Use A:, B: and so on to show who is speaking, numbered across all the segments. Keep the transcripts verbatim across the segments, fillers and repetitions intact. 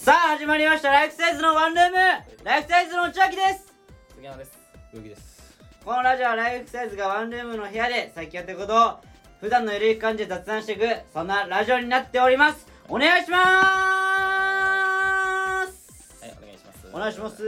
A: さあ始まりましたライフサイズのワンルーム、ライフサイズの内脇です。
B: 杉山です。
C: ゆうきです。
A: このラジオはライフサイズがワンルームの部屋で最近やってることを普段のゆるい感じで雑談していく、そんなラジオになっております。お願いしまーす。
B: はい、お願いします。
A: お願いします。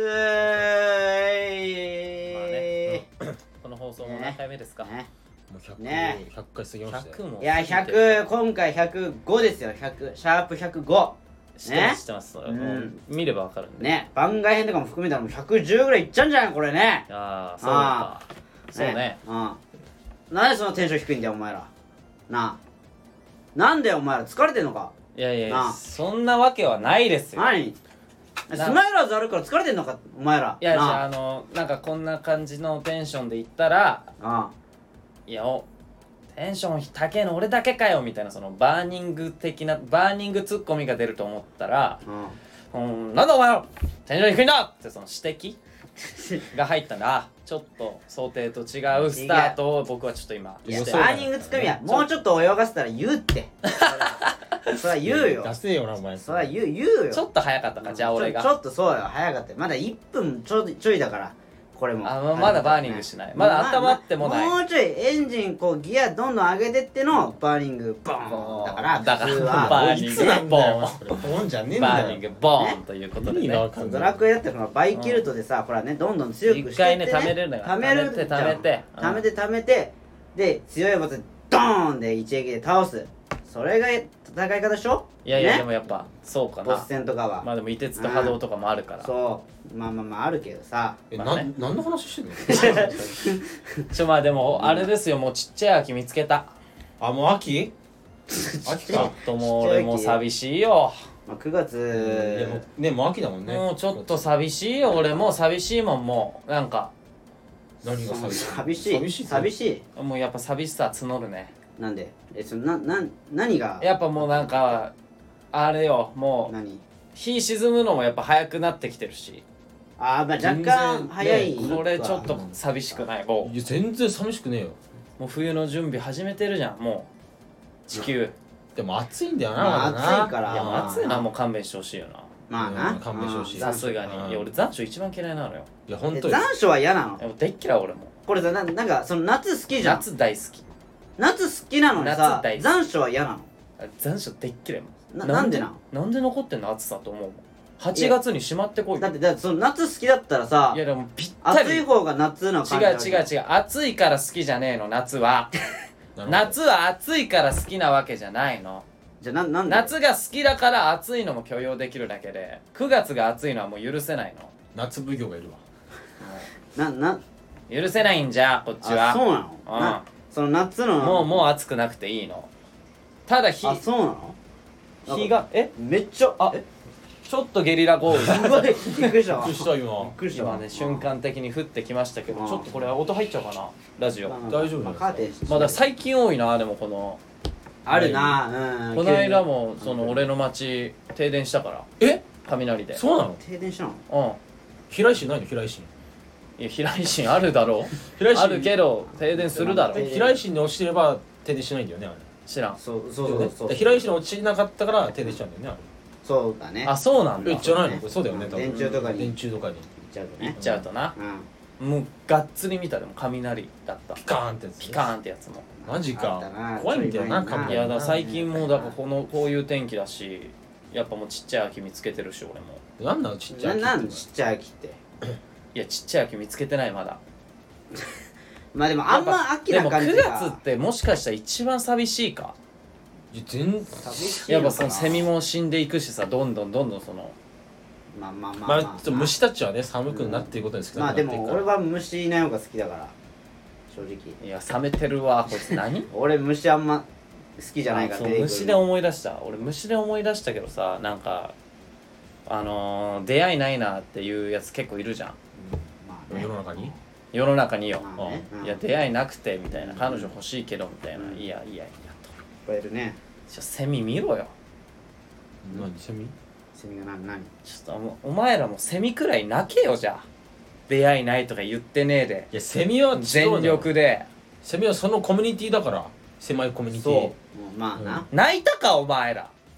B: まあね、この放送も何回目ですか？
A: ね
C: もうひゃく、
A: ね
C: ひゃっかい過ぎましたよ。
B: ひゃくも
A: いやひゃく、今回ひゃくごですよ。ひゃくシャープひゃくご
B: 知ってます知ってます。
A: うん
B: もう見ればわかるんで
A: ね。番外編とかも含めたらもうひゃくじゅうぐらいいっちゃうんじゃないこれね。
B: ああ、そうか。そうね。
A: うんなんでそのテンション低いんだよお前らなあ。なんでお前ら疲れてんのか。
B: いやいや
A: なあ
B: そんなわけはないですよ。
A: 何スマイラーズあるから疲れてんのかお前ら。
B: いやじ
A: な
B: ゃああのなんかこんな感じのテンションで言ったら、
A: あ
B: いやおテンション高えの俺だけかよみたいな、そのバーニング的なバーニングツッコミが出ると思ったら、
A: うん
B: うん、なんだお前らテンション低いんだってその指摘が入ったんだ。あちょっと想定と違うスタートを僕はちょっと今
A: いや
B: して
A: バーニングツッコミはもうちょっと泳がせたら言うってそりゃ言うよ。
C: 出せよなお前。
A: そりゃ言う言うよ。
B: ちょっと早かったか、じゃあ俺が
A: ちょちょっとそうよ早かったよ。まだいっぷんちょいちょいだからこれも。
B: あままだバーニングしない。まだ温まってもない。
A: もうちょいエンジンこうギアどんどん上げてってのバーニングボーンだから
B: だから
A: 普通は
B: バーニング
C: いつなんだよ。これボンじゃねえんだよ。
B: バーニングボーンということでね。
C: 意味がわかんない
A: ドラクエだってこのバイキルトでさ、ほらねどんどん強くしてって、ね、
B: 一回ね溜めるのよ
A: 溜める
B: 溜めて溜めてうん
A: 溜めて溜めてで強いボタンドーンで一撃で倒す。それが戦い方でしょ。
B: いやいや、
A: ね
B: でもやっぱそうかな。
A: ボス戦とかは、
B: まあでも凍てつと波動とかもあるから。
A: そうまあまあまああるけどさ。
C: え、
B: まあね
C: な、何の話してんの
B: ちょまあでもあれですよ、もうちっちゃい秋見つけた。
C: あ、もう秋秋か
B: ちょっ。ともう俺もう寂しいよ。
A: まあ、くがつ
C: いやもうね、もう秋だもんね。
B: もうちょっと寂しいよ。俺もう寂しいもん。もうなんか
C: 何が寂しい
A: 寂しい
C: 寂しい
A: 寂しい
B: もうやっぱ寂しさ募るね。
A: なんでえそのなな何が
B: やっぱもうなんかあれよ、もう
A: 何
B: 日沈むのもやっぱ早くなってきてるし、
A: あーまあ若
C: 全然
A: 干早い、
C: ね
B: これちょっと寂しくない？も
C: いや、全然寂しくねえよ。
B: うもう冬の準備始めてるじゃん。もう地球
C: でも暑いんだよな、
A: まあ
C: まだな。
A: 暑いから
B: いやもう暑いな。もう勘弁してほしいよな。
A: まあな、
C: うん勘弁してほしい
B: さすが
C: うん
B: に。いや俺残暑一番嫌いなのよ。
C: いや、ほんとよ。
A: え残暑は嫌なの
B: でもでっ嫌い俺も。
A: これさななんかその夏好きじゃん。
B: 夏大好き。
A: 夏好きなのにさ
B: 夏大好き
A: 残暑は嫌なの。
B: 残暑でっ嫌いもん。
A: ななんでなん
B: なんで残ってんの暑さと思うもん。はちがつにしまってこいよ。
A: だってだってその夏好きだったらさ
B: いやでもぴったり。
A: 暑い方が夏の感じ
B: 違う違う違う。暑いから好きじゃねえの夏は。
C: なるほど
B: 夏は暑いから好きなわけじゃないの。
A: じゃあななんで
B: 夏が好きだから暑いのも許容できるだけで、くがつが暑いのはもう許せないの。
C: 夏奉行がいるわ。
A: なな
B: 許せないんじゃこっちは。
A: あそうなの
B: うん
A: なその夏の
B: もうもう暑くなくていいの。ただ日
A: あそうなの
B: 日がえ
A: めっちゃ
B: あ
A: え
B: ちょっとゲリラ豪雨
A: すごいびっくりしたわ
C: びっくりした
A: びっ
C: 今。
A: くりしたわ
B: 今ね瞬間的に降ってきましたけど、
A: うん
B: ちょっとこれ音入っちゃうかなラジオ。
A: まあ
B: ま
C: 大丈夫
A: まあカーテンして
B: あだ最近多いな。でもこの
A: あるなうん
B: この間もその俺の町停電したから
C: え、
B: 雷で。
C: そうなの？
A: 停電したの
B: うん
C: 平石ないの？平石。
B: いや平井心あるだろう。
C: 平石
B: あるけど停電するだろ
A: 停電
C: 平石に落ちてれば停電しないんだよね、あれ。
B: 知らん。
A: そうそうそうそう
C: で平石に落ちなかったから停電しちゃうんだよね、
A: そうだね
B: あそうなんだ。
C: あれ。え、
B: 行
C: じゃないの？そうだよね、多分。
A: 電柱とかに
C: 電柱とかに。
A: 行っちゃうとね
B: っちゃうとな。
A: うん
B: もうがっつり見た。でも雷だった。
C: ピカーンってやつ。
B: ピカーンってやつも。
C: マジ
A: あったな
C: か。怖いんだよな、
A: ちょい前に
C: 雷。
B: いやだから最近もうだからこのこういう天気だし、やっぱもうちっちゃい秋見つけてるし俺も。
C: なんなのちっちゃ
A: ないな
C: 秋って
A: んちっちゃい秋って
B: いやちっちゃい秋見つけてないまだ。
A: まあでもあんま秋な感じ
B: でも
A: が
B: くがつってもしかしたら一番寂しいか。
C: いや全
A: 寂しい
B: やっ
A: のかな
B: ぱそのセミも死んでいくしさ、どんどんどんどんその
A: まあまあまあ
C: まあ、
A: まあ
C: ちょっと虫たちはね、寒くなっていくことに少な
A: まあで
C: くなっていくから。
A: も俺は虫いない方が好きだから正直
B: いや冷めてるわこいつ何
A: 俺虫あんま好きじゃないから
B: そう
A: 出てくる
B: 虫で思い出した。俺虫で思い出したけどさ、なんかあのー、出会いないなっていうやつ結構いるじゃん
A: まあね
C: 世の中に
B: 世の中によ、
A: まあねうん
B: うんいや出会いなくてみたいな、彼女欲しいけどみたいな、
A: うん
B: いやいやいやと。
A: いっぱいいるね
B: ちょセミ見ろよ。
C: 何セミ
A: セミが何何
B: ちょっともうお前らもセミくらい泣けよ。じゃあ出会いないとか言ってねえで
C: いやセミは違う
B: 全
C: のよ
B: 力で。
C: セミはそのコミュニティだから、狭いコミュニティ。
B: そ
A: まあな、
B: 泣いたかお前ら。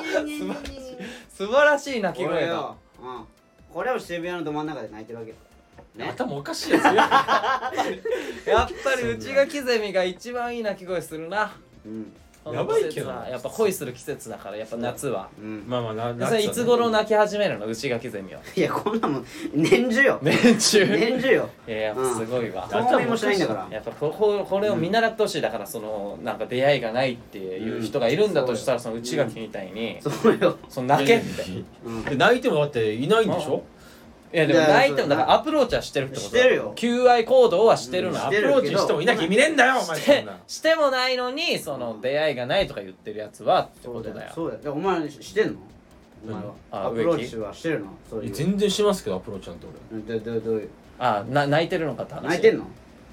B: 素晴らしい鳴き声だ。
A: これよ、うん、これを渋谷のど真ん中で泣いてるわけよ、ね、
C: 頭おかしいやつよ
B: やっぱり内垣ゼミが一番いい鳴き声するな。
A: うん
C: やばいけど
B: この季節はやっぱ恋する季節だから、やっぱ夏は。
A: うん、
C: まあまあな
B: でそれいつ頃泣き始めるの、内垣ゼミは。
A: いやこんなもん年中よ
B: 年中
A: 年中よ
B: いややっぱすごいわ、
A: 透明もしないんだから。
B: やっぱこここれを見習ってほしい。だからそのなんか出会いがないっていう人がいるんだとしたら、その内垣みたいに
A: そうよ、
B: その泣けって
A: うん
C: で泣いてもだっていないんでしょ。
B: いやでも
A: いや
B: 泣いても
A: そう
B: だからアプローチはしてるってことだ。
A: してるよ
B: 求愛行動はしてるの、
A: うん
C: アプローチしてもいなきゃ意味ねえんだよお前
B: して
C: そんな。
B: してもないのにその出会いがないとか言ってるやつはって
A: そうだよ
B: ことだよ。
A: そうだよ。お前してんの？お前は
B: あ
A: アプローチはしてるの？そういう。
C: 全然しますけどアプローチなんて
A: うんどどどういう？
B: あな泣いてるのかって話。
A: 泣いてんの？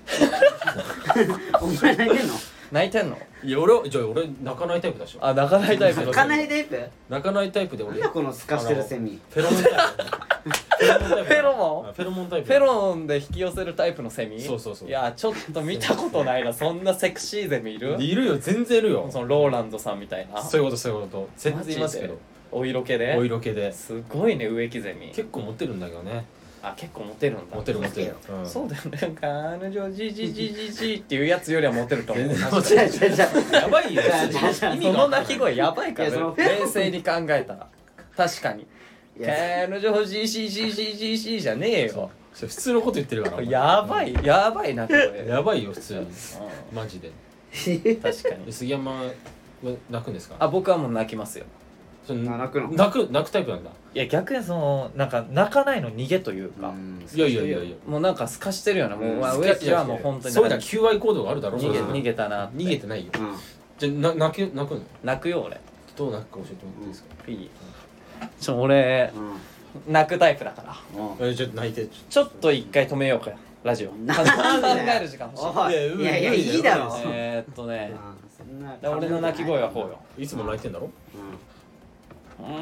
A: お前泣いてんの？
B: 泣いてんの。
C: 俺。いや俺じゃあ俺泣かないタイプだしょ。
B: あ泣かないタイプ。
A: 泣かないタイプ？
C: 泣かないタイプで俺。
A: なんだこの透かしてるセミ。
C: フェロモンタイプ。フ
B: ェロモン
C: フェロモンタイプ。
B: フェロモンで引き寄せるタイプのセミ。
C: そうそうそう
B: いやちょっと見たことないな。そんなセクシーゼミいる？
C: いるよ全然いるよ。
B: そのローランドさんみたいな。
C: そういうことそういうこと全然いますけど。
B: お色気で。
C: お色気で。
B: すごいね植木ゼミ。
C: 結構モテるんだけどね。
B: あ結構モテるんだ。
C: モテるモテる。うん
B: そうだよね。彼女じじじじじっていうやつよりはモテると思う。
C: 全然
A: 違う違う違う。
C: やばいよ。
A: じゃあじゃあじゃあ
B: その鳴き声やばいから
A: いやその
B: 冷静に考えたら確かに
A: いや
B: 彼女じじじじじじじゃねえよ。
C: それ普通のこと言ってるから。
B: やばいやばい鳴き声。
C: やばいよ普通に。
B: う
C: マジで。
B: ん確か
C: で
B: に。
C: 杉山は泣くんですか。
B: あ僕はもう泣きますよ。
C: その
A: あ泣くの
C: 泣く泣くタイプなんだ。
D: いや逆にそのなんか泣かないの逃げというか、
A: うん
C: いやいやいやいや。
B: もうなんか透かしてるようなもう、
A: うん
B: まあ、植木はもう本当に
C: そういうのは求愛行動があるだろ。
B: 逃げ
C: それは
B: 逃げたなって
C: 逃げてないよ。
A: うん
C: じゃあな泣く泣くの。
B: 泣くよ俺。
C: どう泣くか教えてもらっていいですか。
B: いいちょ俺
A: うん
B: 泣くタイプだから
A: うん
C: えちょっと泣いて。
B: ちょっと一回止めようかよラジオ。考
A: なんでだよ
B: える時間欲しい。
A: おい
C: いや
A: いやいやいいだろ
B: えーっとね
A: うんそんな
B: で俺の鳴き声はこうよ。
C: いつも泣いてんだろ。
A: うん
B: うーん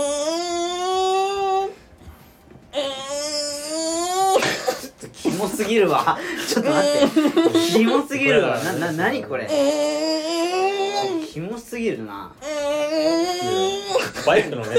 B: うーん
A: キモすぎるわちょっと待ってキモすぎるわなな何これキモすぎるな
C: バイクのね。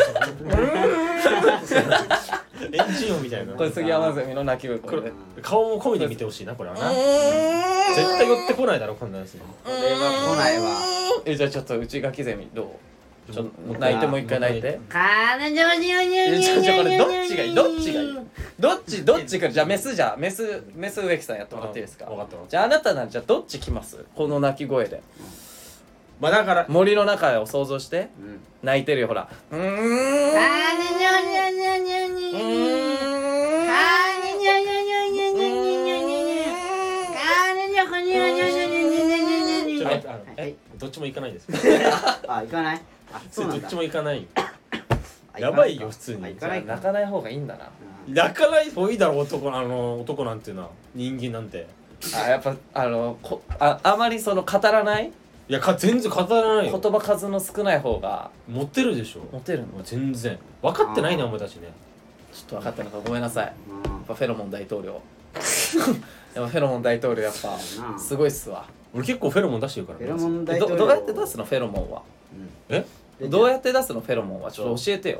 C: エンジン音みたいな。
B: これ杉山ゼミの鳴き声こ
C: これ
B: れで。
C: 顔も込みで見てほしいなこれはな。絶対寄ってこないだろこんなやつ。
A: これは来ないわ
B: えじゃあちょっと内垣ゼミどう？ちょ泣いてもう一回泣いて。
A: 彼女にゅにゅ
B: え
A: にゅ
B: ちょちょこれどっ
A: にゅ
B: ちがいいどっちがいいどっちどっちかじゃあメスじゃあメスメス植木さんやってもらっていいですか。
C: 分かったわ。
B: じゃああなたならじゃあどっち来ますこの鳴き声で。
C: まあだから
B: 森の中を想像して
A: うん
B: 泣いてるよほら。うーん
A: 彼女にゅにゅにゅにゅにゅにゅ彼女にゅにゅにゅにゅにゅにゅにゅ彼女にゅにゅにゅにゅにゅにゅにゅ
C: ちょっと待ってあの
A: はい
C: どっちも行かないです。
A: あ行かないあそうなんだ
C: どっちも行かないよ。
A: あ
C: やばいよ普通に
A: あ行かないか
B: 泣かない方がいいんだな。
C: 泣かない方がいいだろ男あの男なんていうのは人間なんて。
B: あやっぱあのこああまりその語らない
C: いやか全然語らない
B: 言
C: よ。
B: 葉数の少ない方が
C: 持ってるでしょ。
B: モテるの。
C: もう全然分かってないなお前たちね。
B: ちょっと分かったのかごめんなさい。や
A: うん
B: っぱフェロモン大統領やっぱフェロモン大統領やっぱ
A: な
B: すごいっすわ。
C: 俺結構フェロモン出してるから
A: フェロモン
B: え
A: 大統領
B: どどうやって出すのフェロモンは。
C: え
B: どうやって出すのフェロモンはちょっと教えてよ。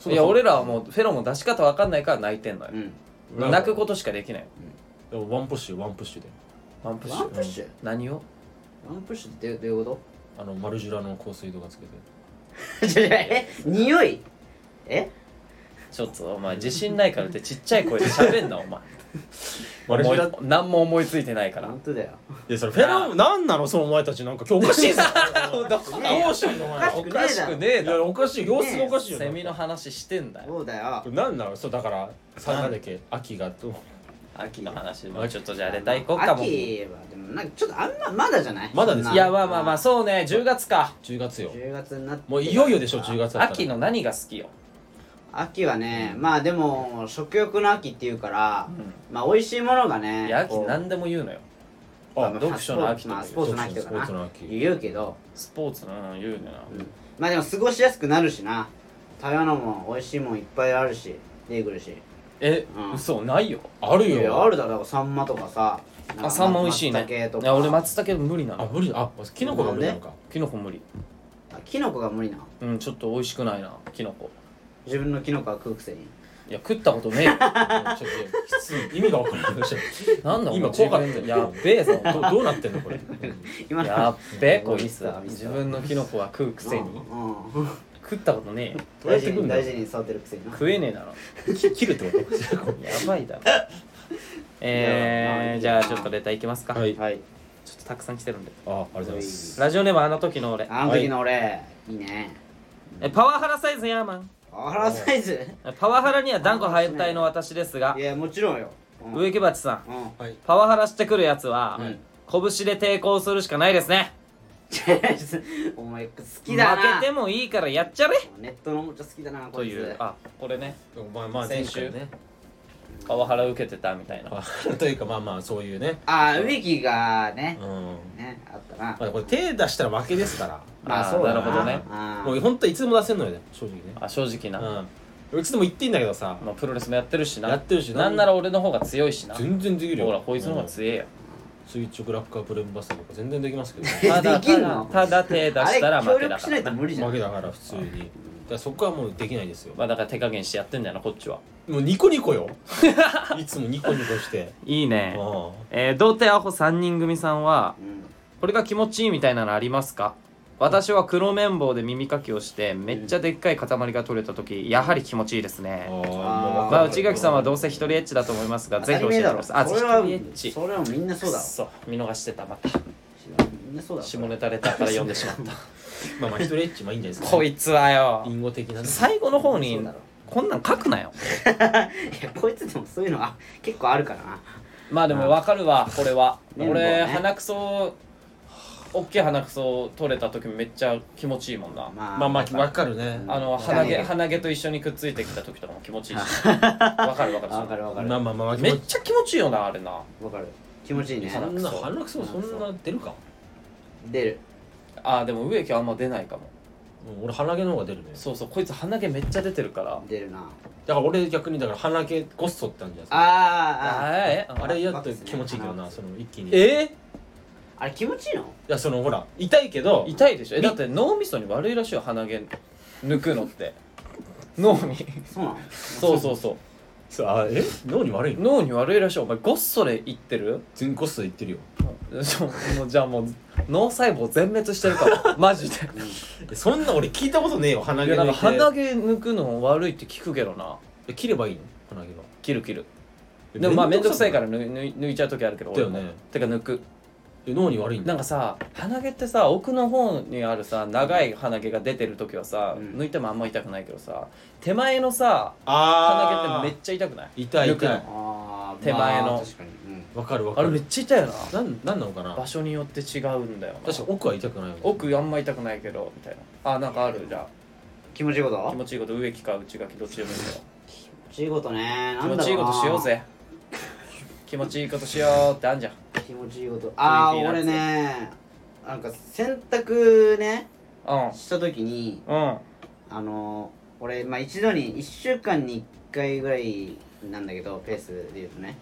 C: そう
B: いや俺らはもうフェロモン出し方わかんないから泣いてんのよ、
A: うん
B: 泣くことしかできないよ。
C: でもワンプッシュワンプッシュで
B: ワンプッシュ
A: ワンプッシュ
B: 何を
A: ワンプッシュってどういうこ
C: あのマルジュラの香水とかつけて
A: とえ匂いえ
B: ちょっとお前自信ないからってちっちゃい声で喋んなお前
C: マルジュラ
B: 思い何も思いついてないから
A: 本当だよ
C: いやそれフェロモンなんなのそのお前たちなんか今日おかしいぞどうしたんだお前
B: おかしくねえ
C: い
B: だろ
C: やおかしい様子がおかしいよ
B: セミの話してんだよ
A: そうだよ
C: なんなのそうだからさなんだっけ秋がどう
B: 秋の話もうちょっとじゃあレター行こうかも
A: 秋はでもなんかちょっとあんままだじゃない
C: まだです
A: そんな
B: いやまあまあまあそうねじゅうがつか
C: じゅうがつよ
A: じゅうがつになって
C: もういよいよでしょじゅうがつだったら
B: 秋の何が好きよ
A: 秋はねまあでも食欲の秋っていうからまあ美味しいものがね
B: いや秋
A: こう
B: 何でも言うのよ
A: まあ
B: 読書の秋とか
A: まあスポーツの秋とか
C: スポーツの
A: な
C: 秋
A: 言うけど
B: スポーツのうん言うねな
A: うんまあでも過ごしやすくなるしな食べ物も美味しいもんいっぱいあるし出てくるし
B: え
A: うん
B: 嘘ないよ
C: ある
A: いや
C: よ
A: あるだろだからサンマとかさなんか
B: あサンマ美味しいね
A: 松茸とか
B: いや俺松茸無理な
C: あ
B: の
C: 無理あキノコが無理なのか
B: キノコ無理
A: あキノコが無理な
B: うんちょっと美味しくないなキノコ
A: 自分のキノコは食うくせに
B: いや食ったことねえよ
C: ちょっときつい意味が分からない
B: なんだ
C: 今
B: お前
C: 怖かったよ
B: やっべえぞ
C: どどうなってんのこれ
A: 今の
B: やっべえこいつ
A: ミスターミスター
B: 自分のキノコは食うくせに
A: うんうん
B: 食ったことねえよ
C: どうや
A: 大事に
C: って食うんだよ
A: 大事に育てるくせにな
B: 食えねえだろ
C: き切るってこと
B: やばいだろえー、じゃあちょっとレターいきますか、
C: はい
A: はい
B: ちょっとたくさん来てるんで
C: あありがとうございます
B: ラジオネームあの時の俺
A: あの時の俺いいね
B: えパワハラサイズヤーマン
A: パワハラサイズ
B: パワハラには断固反対の私ですが
A: いやもちろんようん
B: 植木鉢さん
A: うん
C: はい
B: パワハラしてくるやつは、
A: うん
B: 拳で抵抗するしかないですね
A: お前好きだな
B: 負けてもいいからやっちゃれ
A: ネットのおもちゃ好きだなこといつ
B: いうあこれね
C: まあまあ
B: 先週
C: 前回ね
B: パワハラ受けてたみたいな
C: あというかまあまあそういうね
A: あ植木がね
C: うん
A: ねあったな
C: まあこれ手出したら負けですから
B: あーなるほどね
A: あ
C: もう本当いつでも出せんのよね正直ね
B: あ正直な、
C: うんうちでも言っていいんだけどさ
B: まあ、プロレスもやってるしな
C: やってるし
B: なんなら俺の方が強いしな
C: 全然できるよ
B: ほらこいつの方が強えよ、
C: 垂直落下ブレーンバスターとか全然できますけど
B: ただ
A: できんの
B: ただただ手出したら
A: あれ協
B: 負けだ
A: 力しないと
B: からな
A: 無理じゃん
C: 負けだから普通にだからそこはもうできないですよ
B: まあだから手加減してやってんだよなこっちは
C: もうニコニコよいつもニコニコして
B: いいね
C: あ
B: えー、童貞アホさんにん組さんは
A: うん
B: これが気持ちいいみたいなのありますか？私は黒綿棒で耳かきをしてめっちゃでっかい塊が取れた時やはり気持ちいいですね。
C: あ
A: あー
B: まあ内垣さんはどうせ一人エッチだと思いますがぜひ教えてください。あ、一
A: それは
B: 人エッチ。
A: それはみんなそうだろ
B: そう見逃してたまた
A: みんなそうだろ
B: 下ネタレターから読んでしまった
C: まあまあ一人エッチまあいいんじゃないですか
B: こいつはよ
C: リンゴ的なね
B: 最後の方に
A: そうだろ
B: こんなん書くなよ。
A: いやこいつでもそういうのは結構あるからな
B: まあでも分かるわこれは。
A: 綿棒
B: 俺
A: ね
B: 鼻くそ大きい鼻くそ取れた時めっちゃ気持ちいいもんな。
A: まあ
C: まあまあわかるね
B: あの
A: うん
B: 鼻毛
A: うん
B: 鼻毛と一緒にくっついてきた時とかも気持ちいいしわかるわかる
A: わかるわかる
C: まあまあまあ
B: めっちゃ気持ちいいよなあれな。
A: わかる気持ちいいね
C: そんな
B: 鼻くそ
C: 鼻くそそんな出るか
A: 出る
B: あーでも植木あんま出ないかも。
C: うん俺鼻毛の方が出るね
B: そうそうこいつ鼻毛めっちゃ出てるから。
A: 出るな
C: だから俺逆にだから鼻毛ゴッソってあるんじゃないですか
A: あーあー
B: え
C: あれやっと気持ちいいけどなその一気にい
B: え
A: あれ気持ちいいの
C: やそのほら痛いけど
B: 痛いでしょ。えだって脳みそに悪いらしいよ鼻毛抜くのって脳に
A: そうなの
B: そうそうそう
C: そうあえ脳に悪いの
B: 脳に悪いらしい。お前ゴッソで言ってる？
C: 全ゴッソ言ってるよ
B: ちょもうじゃあもう脳細胞全滅してるからマジで。
C: えそんな俺聞いたことねえよ鼻
B: いやなん
C: 毛抜いて
B: か鼻毛抜くの悪いって聞くけどな。
C: え切ればいいの鼻毛が
B: 切る切る。でもまあめんどくさいから抜い抜い抜いちゃう時あるけど俺も
C: だよね
B: てか抜く。
C: え脳に悪いんだ
B: なんかさ鼻毛ってさ奥の方にあるさ長い鼻毛が出てる時はさ、
A: うん
B: 抜いてもあんま痛くないけどさ手前のさ鼻毛
C: あ
B: ってめっちゃ痛くない？
C: 痛い痛い
B: 抜くの
A: あー
B: 手前の
A: まあ確かにうん
C: わかるわかる
B: あれめっちゃ痛いよな。
C: なんなんなのかな
B: 場所によって違うんだよな。
C: 確か奥は痛くないよね
B: 奥あんま痛くないけどみたいな。あなんかあるじゃ
A: 気持ちいいこと
B: あ気持ちいいこと植木か内垣どっちでもいいんだよ。
A: 気持ちいいことね
B: 気持ちいいことしようぜ。気持ちいいことしようってあんじゃん。
A: 気持ちいいことああ俺ねなんか洗濯ね
B: うん
A: した時に
B: うん
A: あの俺まあ一度にいっしゅうかんにいっかいぐらいなんだけどペースで言うとね
B: う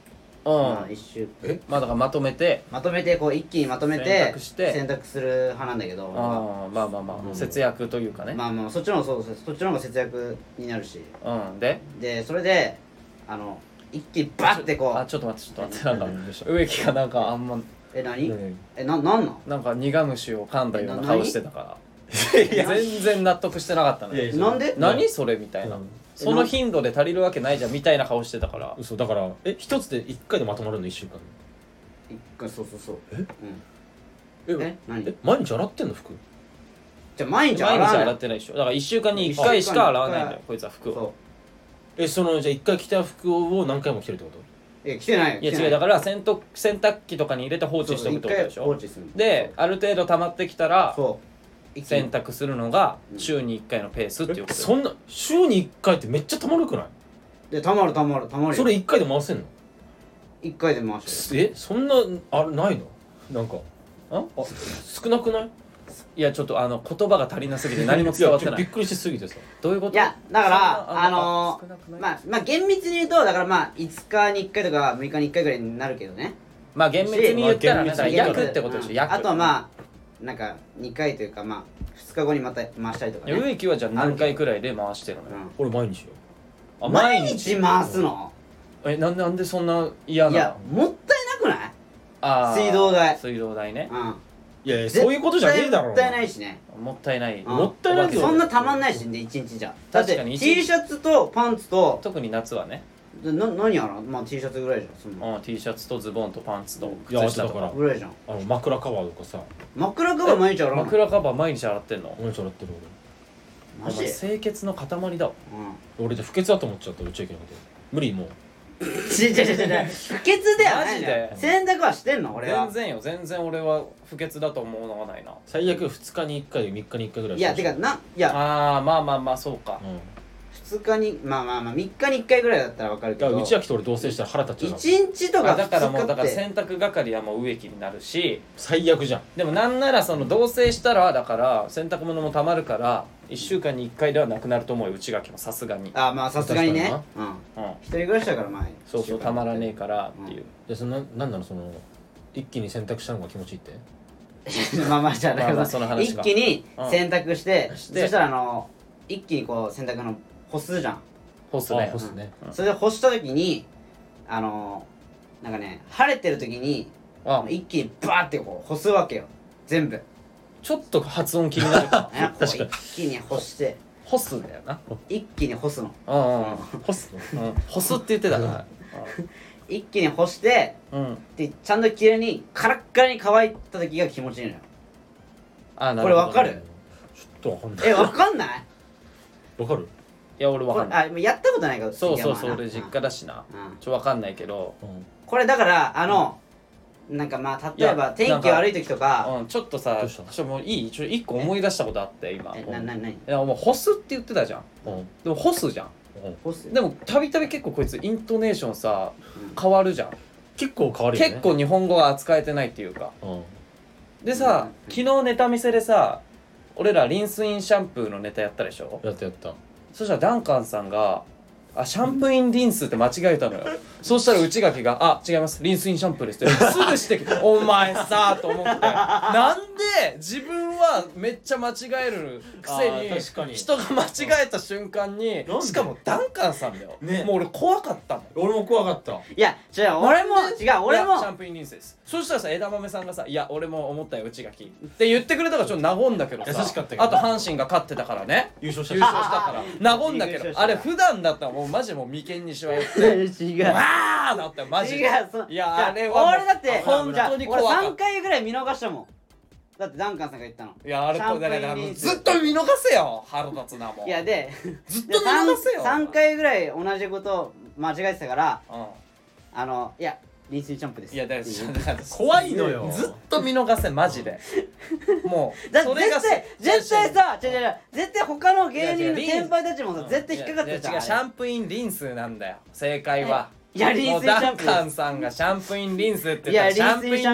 A: まあ一週
C: え
B: まあだからまとめて
A: まとめてこう一気にまとめて
B: 洗濯して
A: 洗濯する派なんだけど、俺は
B: ああまあまあまあ、
C: うん
B: 節約というかね、
A: まあまあそっちの方がそうですそっちの方が節約になるし、
B: うんで
A: でそれであの一気にバッてこう
B: あちょっと待ってちょっと待ってなんか
C: うんどうした
B: 植木がなんかあんま
A: え何
C: 何
A: えななんなん
B: なんか苦虫を噛んだような
A: えな
B: 顔してたから全然納得してなかったのよ
C: いやいや
A: なんで
B: 何それみたいな、
C: うん
B: その頻度で足りるわけないじゃんみたいな顔してたから
C: 嘘だからえ一つで一回でまとまるの一週間
A: 一回そうそうそう
C: え
A: うんえ何
C: え毎日洗ってんの服
A: じゃあ毎日
B: 毎日
A: 洗わない
B: 洗ってないでしょだからいっしゅうかんにいっかいしか洗わないんだよこいつは服を
A: そ
C: えそのじゃあ一回着た服を何回も着てるってこと
A: うえ来てないよ
B: いや
A: 来てない
B: 違うだから洗濯洗濯機とかに入れて放置しとくってことでし
A: そうそう
B: ょ
A: 一回放置する
B: である程度溜まってきたら
A: そう一気に
B: 洗濯するのが週にいっかいのペースっていうこと
C: そんな週にいっかいってめっちゃたまるくない
A: でたまるたまるたまるよ
C: それいっかいで回せんの
A: 一回で回して
C: えそんなあれないのなんか
B: ん
C: あ少なくない
B: いやちょっとあの言葉が足りなすぎて何も伝わってない
C: やちょびっくりしすぎてさ
B: どういうこと
A: いやだから
B: そんな
A: あの
B: 少なくない
A: ー、まあまあ厳密に言うとだからまあいつかにいっかいとかむいかにいっかいぐらいになるけどね
B: まあ厳密に言ったらね
C: まあ
B: だから
C: 厳密に言ったら
B: 焼くってことでしょ
A: うん
B: 焼く
A: あとはまあなんかにかいというかまあふつかごにまた回したりとかね
B: いや植木はじゃあ何回くらいで回してるのよ
A: う
C: 俺毎日よ
B: あ
A: ん毎日回すの
B: えなんでなんでそんな嫌
A: いや
B: な
A: もったいなくない
B: あー
A: 水道代
B: 水道代ね
A: うん
C: いやいやそういうことじゃねえだろ
A: もったいないしね
B: もったいない
A: うん
C: もったいないけど
A: そんなたまんないしねいちにちじゃだって
B: 確かに
A: T シャツとパンツと
B: 特に夏はね
A: でな何やらまあ T シャツぐらいじゃんそんな
B: うん T シャツとズボンとパンツと
C: いや
B: 靴下とか
C: だから
A: ぐらいじゃん
C: あの枕カバーとかさ
A: 枕カバー毎日洗うの
B: 枕カバー毎日洗ってんの
C: 毎日洗ってる
A: マジ
B: お前清潔の塊だわ
A: うん
C: 俺俺じゃ不潔だと思っちゃったうち駅のこと無理もう
A: 違う違う違う違う不潔ではないんだよ
B: マジ
A: 洗濯はしてんの俺は
B: 全然よ全然俺は不潔だと思うのはないな
C: 最悪ふつかにいっかいみっかにいっかいぐらい
A: いやてかないや
B: ああまあまあまあそうか
C: うん
A: ふつかにまあまあまあみっかにいっかいぐらいだったらわかるけど
C: だからうち秋と俺同棲したら腹立っちゃう
A: いちにちとか
B: あだからもう
A: ふつかって
B: だから洗濯係はもう植木になるし
C: 最悪じゃん
B: でもなんならその同棲したらだから洗濯物もたまるからいっしゅうかんにいっかいではなくなると思うよ内垣もさすがに
A: あまあさすがにねうん
B: うん
A: 一人暮らしだからまあ
B: そうそうたまらねえからっていう
C: でそのななんなのその一気に洗濯したのが気持ちいいって
A: まあまあじゃあだか
B: まあまあ
A: ら
B: その話か
A: 一気に洗濯してそ
B: して
A: したらあの一気にこう洗濯の干すじゃん
C: あ
B: 干すね
C: 干すね
B: うん
A: それで干した時にあのなんかね晴れてる時に
B: あ
A: 一気にバーってこう干すわけよ全部
B: ちょっと発音気になるか
A: ねこう一気に干して
B: 干すだよな
A: 一気に干すの
B: うん
C: 干すの
B: うん干すって言ってたから
A: 一気に干して
B: うん
A: でちゃんときれいにカラッカラに乾いた時が気持ちいいのよ
B: あな
A: これわかる
C: ちょっとわかんない
A: えわかんない
C: わかる
B: いや俺わ
A: これ
B: かんない
A: あやったことないから
B: そうそう
A: 杉山はな
B: そう俺実家だしな
A: うん
B: ちょわかんないけど
C: うん
A: これだからあのなんかまあ例えば
B: いや
A: 天気悪い時とか
B: うんちょっとさ
C: どうした
B: ちょもういいちょ一個思い出したことあって今い
A: えなななに
B: やもう干すって言ってたじゃん
C: うん
B: でも干すじゃん
C: うん
A: 干す
B: でもたびたび結構こいつイントネーションさ
A: うん
B: 変わるじゃん
C: 結構変わるよね
B: 結構日本語が扱えてないっていうか
C: うん
B: でさ
A: うん
B: 昨日ネタ見せでさ俺らリンスインシャンプーのネタやったでしょ
C: やったやった
B: そしたらダンカンさんがあシャンプーインリンスって間違えたのよそうしたら内垣があ違いますリンスインシャンプーですってすぐ指摘お前さと思ってなんで自分はめっちゃ間違えるくせ
C: あー確かに
B: に人が間違えた瞬間に
C: なんで
B: しかもダンカンさんだよ、
C: ね
B: もう俺怖かったもん
C: 俺も怖かった
A: いや違う俺も
B: なんで
A: 違う俺も
B: いやシャンプーインリンスですそしたらさ枝豆さんがさいや俺も思ったよ内垣って言ってくれたからちょっと和んだけどさ
C: 優しかったけど
B: あと阪神が勝ってたからね
C: 優勝した
B: 優勝したから和んだけ
A: 優勝した
B: どあれ普段だったらもうマジでもう眉間にしわ寄って
A: 違う
B: わーだったよマジで
A: 違うそ
B: いや
A: じゃあ
B: あれはもう
A: 俺だって
B: 本当に怖かった
A: 俺さんかいぐらい見逃したもんだってダンカンさんが言ったの
B: いやあれ
A: シャンプー
B: こだから
A: インリンス
B: ずっと見逃せよ腹立つなもう
A: いやで
B: ずっと見逃せよ
A: さんかいぐらい同じこと間違えてたから
B: うん
A: あのいやリンスインチャンプです
B: いやだ
A: っていう
B: から
C: 怖いのよ
B: ずっと見逃せマジでもう
A: だ
B: それが
A: 絶対絶対さ違う違う違う絶対他の芸人の
B: いや違う
A: 先輩たちもさ絶対引っかかってるじゃん
B: いや違うシャンプーインリンスなんだよ正解はい
A: やリンスインシャンプー
B: もうダンカンさんがシャンプーインリンスって
A: いや
B: 言ったらシャンプー
A: リンスインシャン
B: インリンス
A: プーです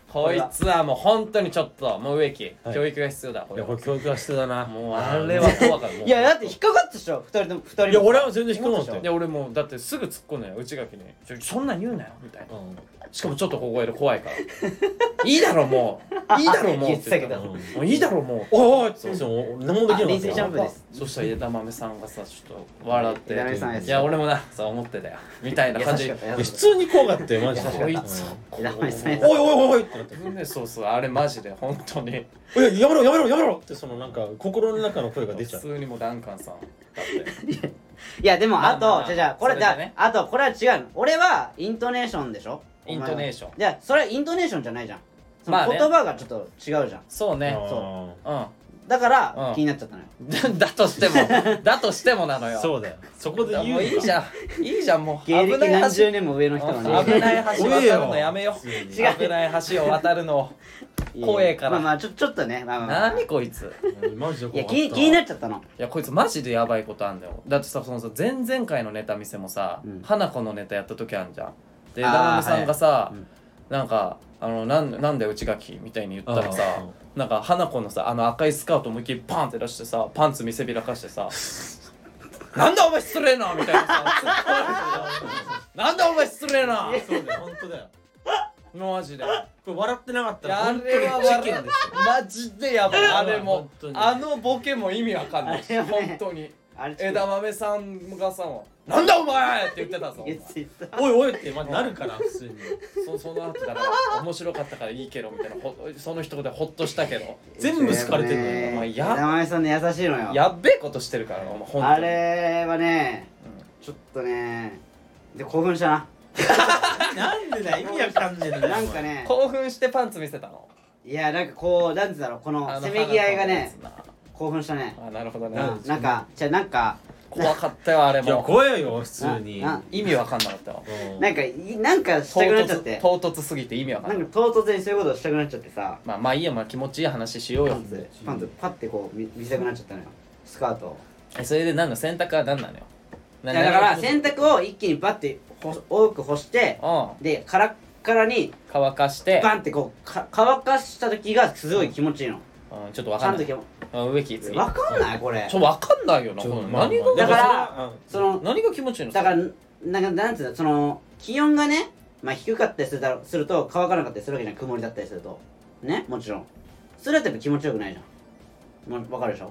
B: こいつはもう本当にちょっともう植木、
C: はい
B: 教育が必要だこれは
C: いやこれ教育は必要だな。
B: もうあれは怖かったもう
A: いやだって引っかかったでしょ二人とも二人も
C: いや俺は全然引っかかったよ
B: いや俺もうだってすぐ突っ込んだよ内垣にちょそんなん言うなよみたいなしかもちょっと小声で怖いからいいだろもういいだろもう
A: 言ってたけど
B: もういいだろもうおいおいって
C: そうそう何もできなかった
A: あリンスインシャンプーです
B: そしたら枝豆さんがさちょっと笑って
A: 枝豆さんです
B: いや俺もなそう思ってたよみたいな感じで
A: 優しかった
C: いや普通に怖かったよマジで。
B: こいつ
A: 枝豆さん
C: うんおいおいおいおいってなって
B: ねそうそうあれマジで本当に
C: いややめろやめろやめろってそのなんか心の中の声が出ちゃう。
B: 普通にもうダンカンさんだって
A: いやでもあと
B: まあまあ
A: じゃあじゃあこれじゃ
B: それでね
A: ああとこれは違うの俺はイントネーションでしょ
B: イントネーション
A: じゃあそれはイントネーションじゃないじゃんその
B: まあね
A: 言葉がちょっと違うじゃん
B: そうね
C: あ
B: うん
A: だから
B: うん
A: 気になっちゃったのよ
B: だとしてもだとしてもなのよ
C: ーそうだよ。そこで言う
B: もういいじゃんいいじゃんもう
A: 芸歴
B: 危ない
A: 何十
B: 橋
A: 年も上の人なのに
B: 危ない橋渡るのやめよう
C: 違う
B: 危ない橋を渡るの怖えから
A: まあまあちょちょっとねまあまあまあ
B: 何こいつ
C: マジで
A: いや
C: 怖かった
A: 気気になっちゃったの
B: いやこいつマジでやばいことあんだよだってさそのさ前々回のネタ見せもさ、
A: うん
B: 花子のネタやった時あんじゃんで
A: あー
B: 枝豆さんがさ、
A: はいうん
B: なんかあのなんなんで内垣みたいに言ったらさ
C: あ
B: なんか花子のさあの赤いスカート思いっきりパンって出してさパンツ見せびらかしてさなんだお前失礼なみたいなさなんだお前失礼な
C: そうだよ本当だよ。
B: マジで
C: これ笑ってなかったら
B: あ
C: 本当に
B: れは
C: 事件ですよ。
B: マジでやばいあれも
C: 本当に
B: あのボケも意味わかんないし
A: あれはね
B: 本当に
A: あれちょっと
B: 枝豆さんがさ「なんだお前!」って言ってたぞ
A: 言ってた
C: おいおいってまなるから普通に。
B: そその後から面白かったからいいけどみたいなほその一言でホッとしたけど
C: 全部好かれてんのよ
B: お前や
A: 枝豆さんね優しいのよ
B: やっべえことしてるからなお前本当に
A: あれはねちょっとねで興奮したな
C: なんでだ意味わかんねえんだよ。
A: なんかね
B: 興奮してパンツ見せたの
A: いやなんかこうなんつうんだろうこの
B: あの
A: せめぎ合いがね
B: 花子のや
A: 興奮したね
B: つなあなるほどね
A: うんなんかじゃあなんか
B: 怖かったよあれ
C: いや
B: も
C: 怖いよ普通に。
A: なな
B: 意味わかんなかったよ
C: うん
A: なんかいなんかしたくなっちゃって
B: 唐突唐突すぎて意味わかん
A: な
B: なんい
A: か唐突にそういうことしたくなっちゃってさ
B: まあまあいいやまあ気持ちいい話しようよ
A: パンツパンツパッてこう見見せたくなっちゃったのよスカートを
B: えそれで何の選択は何なのよ
A: いやだから
B: 選
A: 洗濯を一気にバッてほ多く干して
B: うん
A: でカラッカラに
B: 乾かして
A: バンってこうか乾かした時がすごい気持ちいいの
B: うんちょっとわ
A: ちゃんと気
B: かんない
A: 持
B: うん植木次
A: わかんないこれ
B: ちょわかんないよな
C: ちょ
B: この
C: まあ
B: 何が
A: だから
C: ら
A: その
B: 何が気持ちいいの
A: だからなんかなんつうのその気温がねまあ低かったりするだろすると乾かなかったりするわけじゃん曇りだったりするとねもちろんそれだとやっぱ気持ちよくないじゃんもうわかるでしょ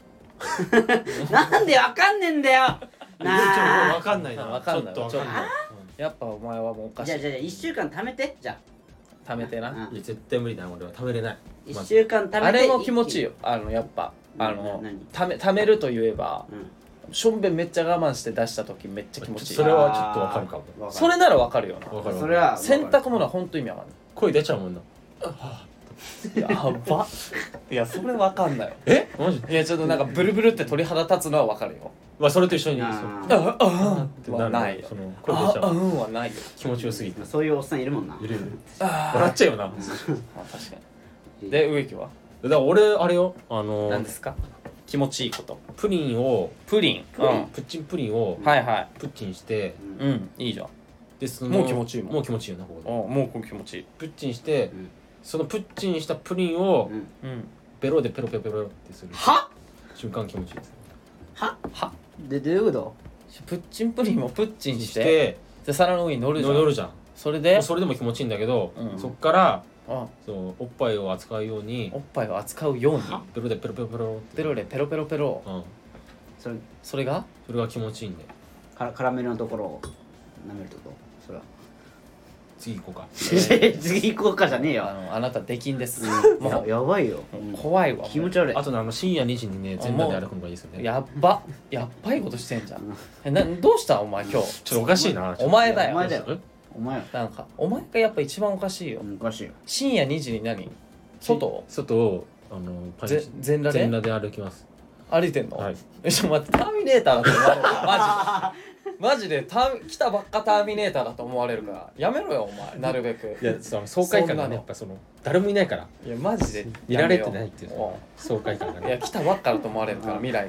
A: なんでわかんねえんだよな
C: わ
A: あ
C: かんないな。
B: わかんない
C: ちょっとわかんない。
B: やっぱお前はもうおかしい
A: じゃあじゃあじゃあいっしゅうかん貯めてじゃ
B: 貯めてな
A: あ、うん
C: いや絶対無理だな俺は食べれない。
A: いっしゅうかん貯めて
B: あれも気持ちいい
A: よ
B: よあのやっぱあの
A: な何
B: ため貯めると言えば
A: うん
B: しょんべんめっちゃ我慢して出した時めっちゃ気持ちいい
C: それはちょっとわかるかも。
A: わかる
B: それならわかるよな
C: わかる。
A: それは
B: 洗濯物は本当意味わかん
C: 声出ちゃうもんな。
B: ないやばいやそれわかんないよ
C: えマジで？
B: いやちょっとなんかブルブルって鳥肌立つのはわかるよ
C: まあそれと一緒に
A: あ
C: そう
A: ー
B: ああ
C: って
B: はないよ
C: その声出
B: ああ
C: ちゃう。
B: うんはないよ
C: 気持ちよすぎて。
A: そういうおっさんいるもんな
C: いるいる。
B: あ
C: 笑っちゃうよな。
B: あ確かにで植木は
C: だから俺あれよあの
B: 何ですか気持ちいいこと
C: プリンを
B: プリンうん
C: プッチンプリンを
B: はいはい
C: プッチンして
A: うん
B: うんいいじゃん
C: でその
B: もう気持ちいいもん
C: もう気持ちいいよなここで
B: うんもうこれ気持ちいい
C: プッチンして
A: うん
C: そのプッチンしたプリンを
A: うん
B: うん
C: ベロでペロペロペロってする
A: は
C: 瞬間気持ちいいです
B: は
A: でどういうこと
B: プッチンプリンをプッチンし
C: してて
B: で皿の上に乗るじゃん
C: 乗るじゃん
B: それで
C: それでも気持ちいいんだけど
B: うん
C: そっから
B: あ
C: そうおっぱいを扱うように
B: おっぱいを扱うように
C: ベロでペロペロペロって
B: ペロレペロペロペロ
C: うん
A: それ
B: それが
C: それが気持ちいいんで
A: カラカラメルのところを舐めるってことそれは
C: 次行こうか
A: 次行こうかじゃねえよ
B: あのあなた出禁です
A: も
B: も
A: うやばいよ
B: うもう怖いわ
A: 気持ち悪い
C: あとねあの深夜にじにね全裸で歩くのがいいですよね
B: やっばやっばいことしてんじゃんえなどうしたお前今日
C: ちょっとおかしいな
B: お前だよ
A: お前だよ
C: え
A: お前
B: なんかお前がやっぱ一番おかしいよ
A: おかしいよ
B: 深夜にじに何外
C: 外をあのパンチ
B: ぜ全裸で
C: 全裸で歩きます
B: 歩いてんの、
C: はい
B: えちょっと待ってターミネーターだと思われるマジでマジでター来たばっかターミネーターだと思われるからやめろよお前なるべく
C: いやその爽快感
B: そんなの
C: がねやっぱその誰もいないから
B: いやマジで
C: 見られてないっていう
B: やめよ
C: 爽快感が
B: ういや
C: ね
B: 来たばっかだと思われるから未来から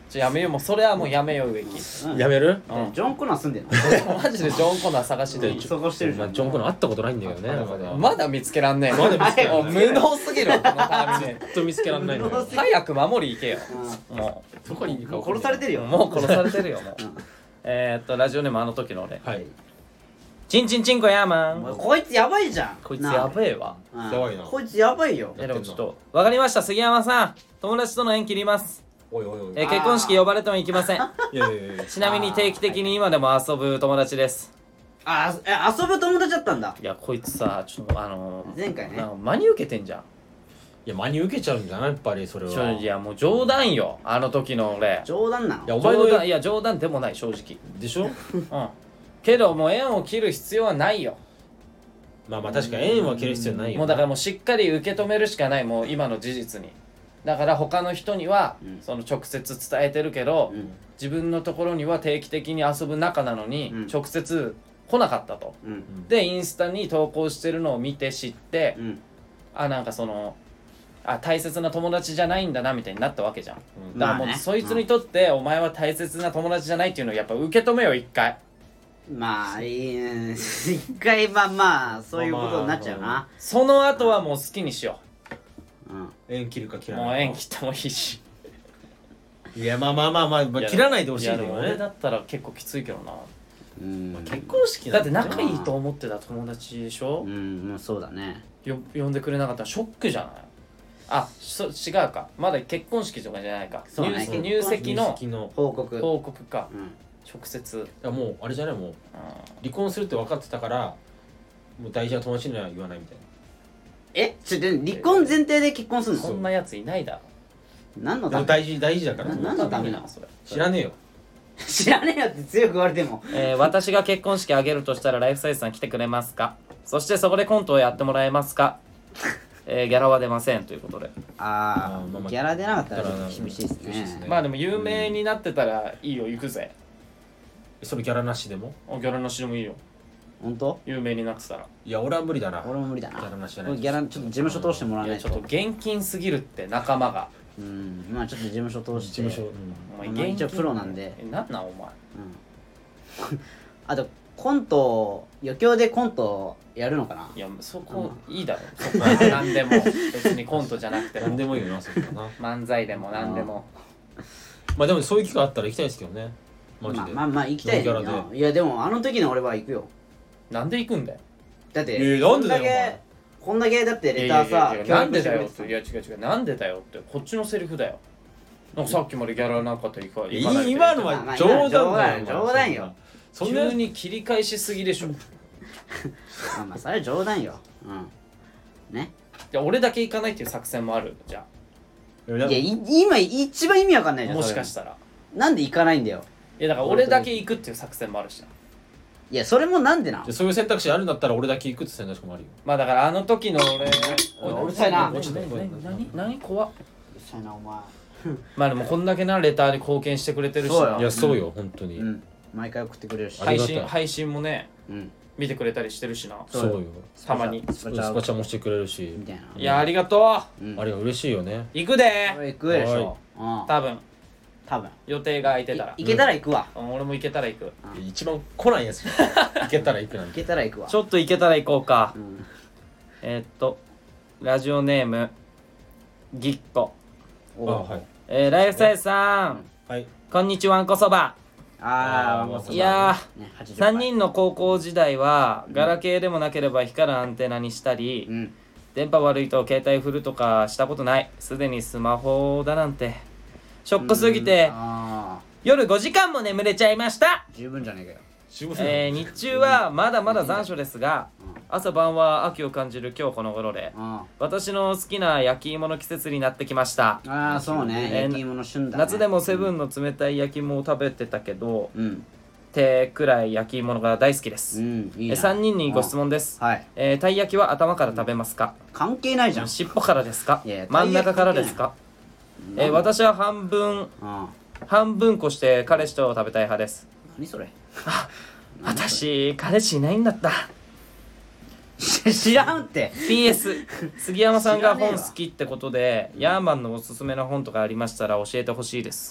B: ちょやめようもうそれはもうやめよう植木
A: うん
C: やめる
B: うん
A: ジョン・コナー住んでんの
B: マジでジョン・コナー探してる
A: 探してるじゃん
C: まあジョン・コナー会ったことないんだけどねまだ
B: まだ見つけらんねえ
C: まだ見つけらんない
B: もう無能すぎるこのターミネー
C: ずっと見つけらんないんだよ
B: 早く守り行けよも
C: どこにいるか
A: もう殺されてるよ
B: うもう殺されてるよもう
A: うん
B: えーっとラジオネームあの時の俺
C: はい
B: チンチンチンコヤーマン
A: お前こいつやばいじゃん
B: こいつやべえわ
A: うん
C: やばいな
A: こいつやばいよ
B: えでもちょっとわかりました杉山さん友達との縁切ります
C: おいおいおい
B: えー結婚式呼ばれても行きません
C: いやいやいや
B: ちなみに定期的に今でも遊ぶ友達です
A: あえ遊ぶ友達だったんだ
B: いやこいつさちょっとあのー
A: 前回ね
B: なんか真に受けてんじゃん
C: いや真に受けちゃうんじゃないやっぱりそれは
B: ちょいやもう冗談よあの時の俺
A: 冗談なの
C: いやお前の
B: 冗談いや冗談でもない正直
C: でしょ
B: うんけどもう縁を切る必要はないよ
C: まあまあ確かに縁は切る必要ないよ
B: もうだからもうしっかり受け止めるしかないもう今の事実にだから他の人には
A: うん
B: その直接伝えてるけど、
A: うん
B: 自分のところには定期的に遊ぶ仲なのに
A: うん
B: 直接来なかったと
A: うん
B: でインスタに投稿してるのを見て知って
A: うん
B: あなんかそのあ大切な友達じゃないんだなみたいになったわけじゃん
C: うん
B: だからもう
A: まあね
B: そいつにとってお前は大切な友達じゃないっていうのをやっぱ受け止めよう一回
A: まあいいね一回はまあそういうことになっちゃうな
B: その後はもう好きにしよ
A: うん
C: 縁切るか切
B: う
C: らないか
B: もう縁切ってもいいし
C: いやまあまあまあまあ、まあ、切らないでほしい
B: や
C: けどね
B: でも俺だったら結構きついけどな
A: うん
C: 結婚式
B: だって
C: なん
B: 仲いいと思ってた友達でしょ
A: うんまあそうだね
B: よ呼んでくれなかったらショックじゃないあそ違うかまだ結婚式とかじゃないか
A: そうね
B: 入入籍の
C: 入籍の
A: 報告
B: 報告か
A: うん
B: 直接、
C: いやもうあれじゃないもう
B: う
C: 離婚するって分かってたからもう大事な友達には言わないみたい
A: えちょで離婚前提で結婚すん
B: ん、
A: の
B: そんなやついないだろ
A: 何のため
C: なでも大事大事だから
A: な何のためなの
B: それ
C: 知らねえよ
A: 知らねえよって強く言われても
B: えー私が結婚式あげるとしたらライフサイズさん来てくれますかそしてそこでコントをやってもらえますか、えーギャラは出ませんということで
A: あ
C: あーまあまあ
A: あギャラ出なかったらちょっと
C: ギャラ
A: 厳しいです
C: 厳しいですね
A: ね
B: まあでも有名になってたらいいよ行くぜ
C: それギャラなしでも
B: おギャラなしでもいいよ
A: 本当
B: 有名になってたら
C: いや俺は無理だな
A: 俺も無理だな
C: ギャラなしじゃない
A: 俺ギャラちょっと事務所通してもらわないと
B: いやちょっと現金すぎるって仲間が
A: うんまあちょっと事務所通して
C: 事務所、
B: お前
A: まあ
B: 現金
A: 一応プロなんで
B: えなんなんお前
A: うんあとコント余興でコントやるのかない
B: やそこいいだろそこは何でも別にコントじゃなくて
C: うん、何
B: も
C: でもいいよなそれはな
B: 漫才でも何でも
C: まあでもそういう機会あったら行きたいですけどねマジで、
A: まあまあまあ行きたい
C: ノーギャラ
A: よいやでもあの時の俺は行くよ
B: なんで行くんだよ
A: だって
C: いやいやなんでだよ
A: こんだけこんだけだってレター
B: いやいや
A: さ
B: いやいやなんでだよっ
A: 協力してくれて
B: ていや違う違うなんでだよってこっちのセリフだよなんかさっきまでギャラなかったら行か
C: い
B: 行かないと
C: 今の
A: まあまあ
C: は冗談だよ
A: 冗談冗談よ
C: そんな
B: 急に切り返しすぎでしょい
A: まあまあそれは冗談ようんね
B: や俺だけ行かないっていう作戦もあるじゃ
C: いや
A: いやい今一番意味わかんないじゃん
B: あもしか
A: そ
B: したら
A: れなんで行かないんだよ
B: いやだから俺だけ行くっていう作戦もあるしない
A: やそれもなんでな
C: でそういう選択肢あるんだったら俺だけ行くって選択肢もあるよ
B: まあだからあの時の俺
A: おいうるさいな
B: 何何何何怖っ
A: うるさいなお前
B: まあでもこんだけなレターで貢献してくれてるし
A: そうよ
B: ない
C: やそうよ、本当に、
A: うん毎回送ってくれるし
B: 配
C: ありがたい
B: 信配信もね
A: うん
B: 見てくれたりしてるしな
C: そうよ
B: たまに
A: スパチャ
C: スパチャもしてくれるし
A: みたいない
B: やありがと
A: うん
C: あれは嬉しいよね
B: う行くで
A: 行くでしょうん
B: 多分
A: 多分
B: 予定が空いてたら
A: い行けたら行くわ
B: うん俺も行けたら行く
C: 一番来ないやつ行けたら行くなんて
A: 行けたら行くわ
B: ちょっと行けたら行こうか
A: うん
B: えーっとラジオネームぎっこ
A: お
C: あはい
B: えーライフサイズさん
C: はい
B: こんにちはわんこそば
A: あー
C: あー
B: いや
A: ーねはちじゅっ
B: さんにんの高校時代はガラケーでもなければ光るアンテナにしたり
A: うん
B: 電波悪いと携帯振るとかしたことないすでにスマホだなんてショックすぎて
A: あ
B: 夜ごじかんも眠れちゃいました、
A: ー十分じゃねえかよ
C: 十分
B: えー日中はまだまだ残暑ですが朝晩は秋を感じる今日この頃で
A: あ
B: 私の好きな焼き芋の季節になってきました
A: ーあーそうね
B: えー
A: 焼き芋の旬だね
B: 夏でもセブンの冷たい焼き芋を食べてたけど
A: うん
B: 手くらい焼き芋が大好きで
A: う
B: す、
A: んいいな
B: えさんにんにご質問です、
A: はい
B: えーたい焼きは頭から食べますか、
A: 関係ないじゃん
B: 尻尾からですか
A: いやいや
B: 真ん中からですか、えー私は半分
A: うん
B: 半分こして彼氏と食べたい派です
A: 何それ
B: 私彼氏いないんだった
A: 知らんって
B: ピーエス 杉山さんが
A: 知らねえわ
B: 本好きってことでヤーマンのおすすめの本とかありましたら教えてほしいです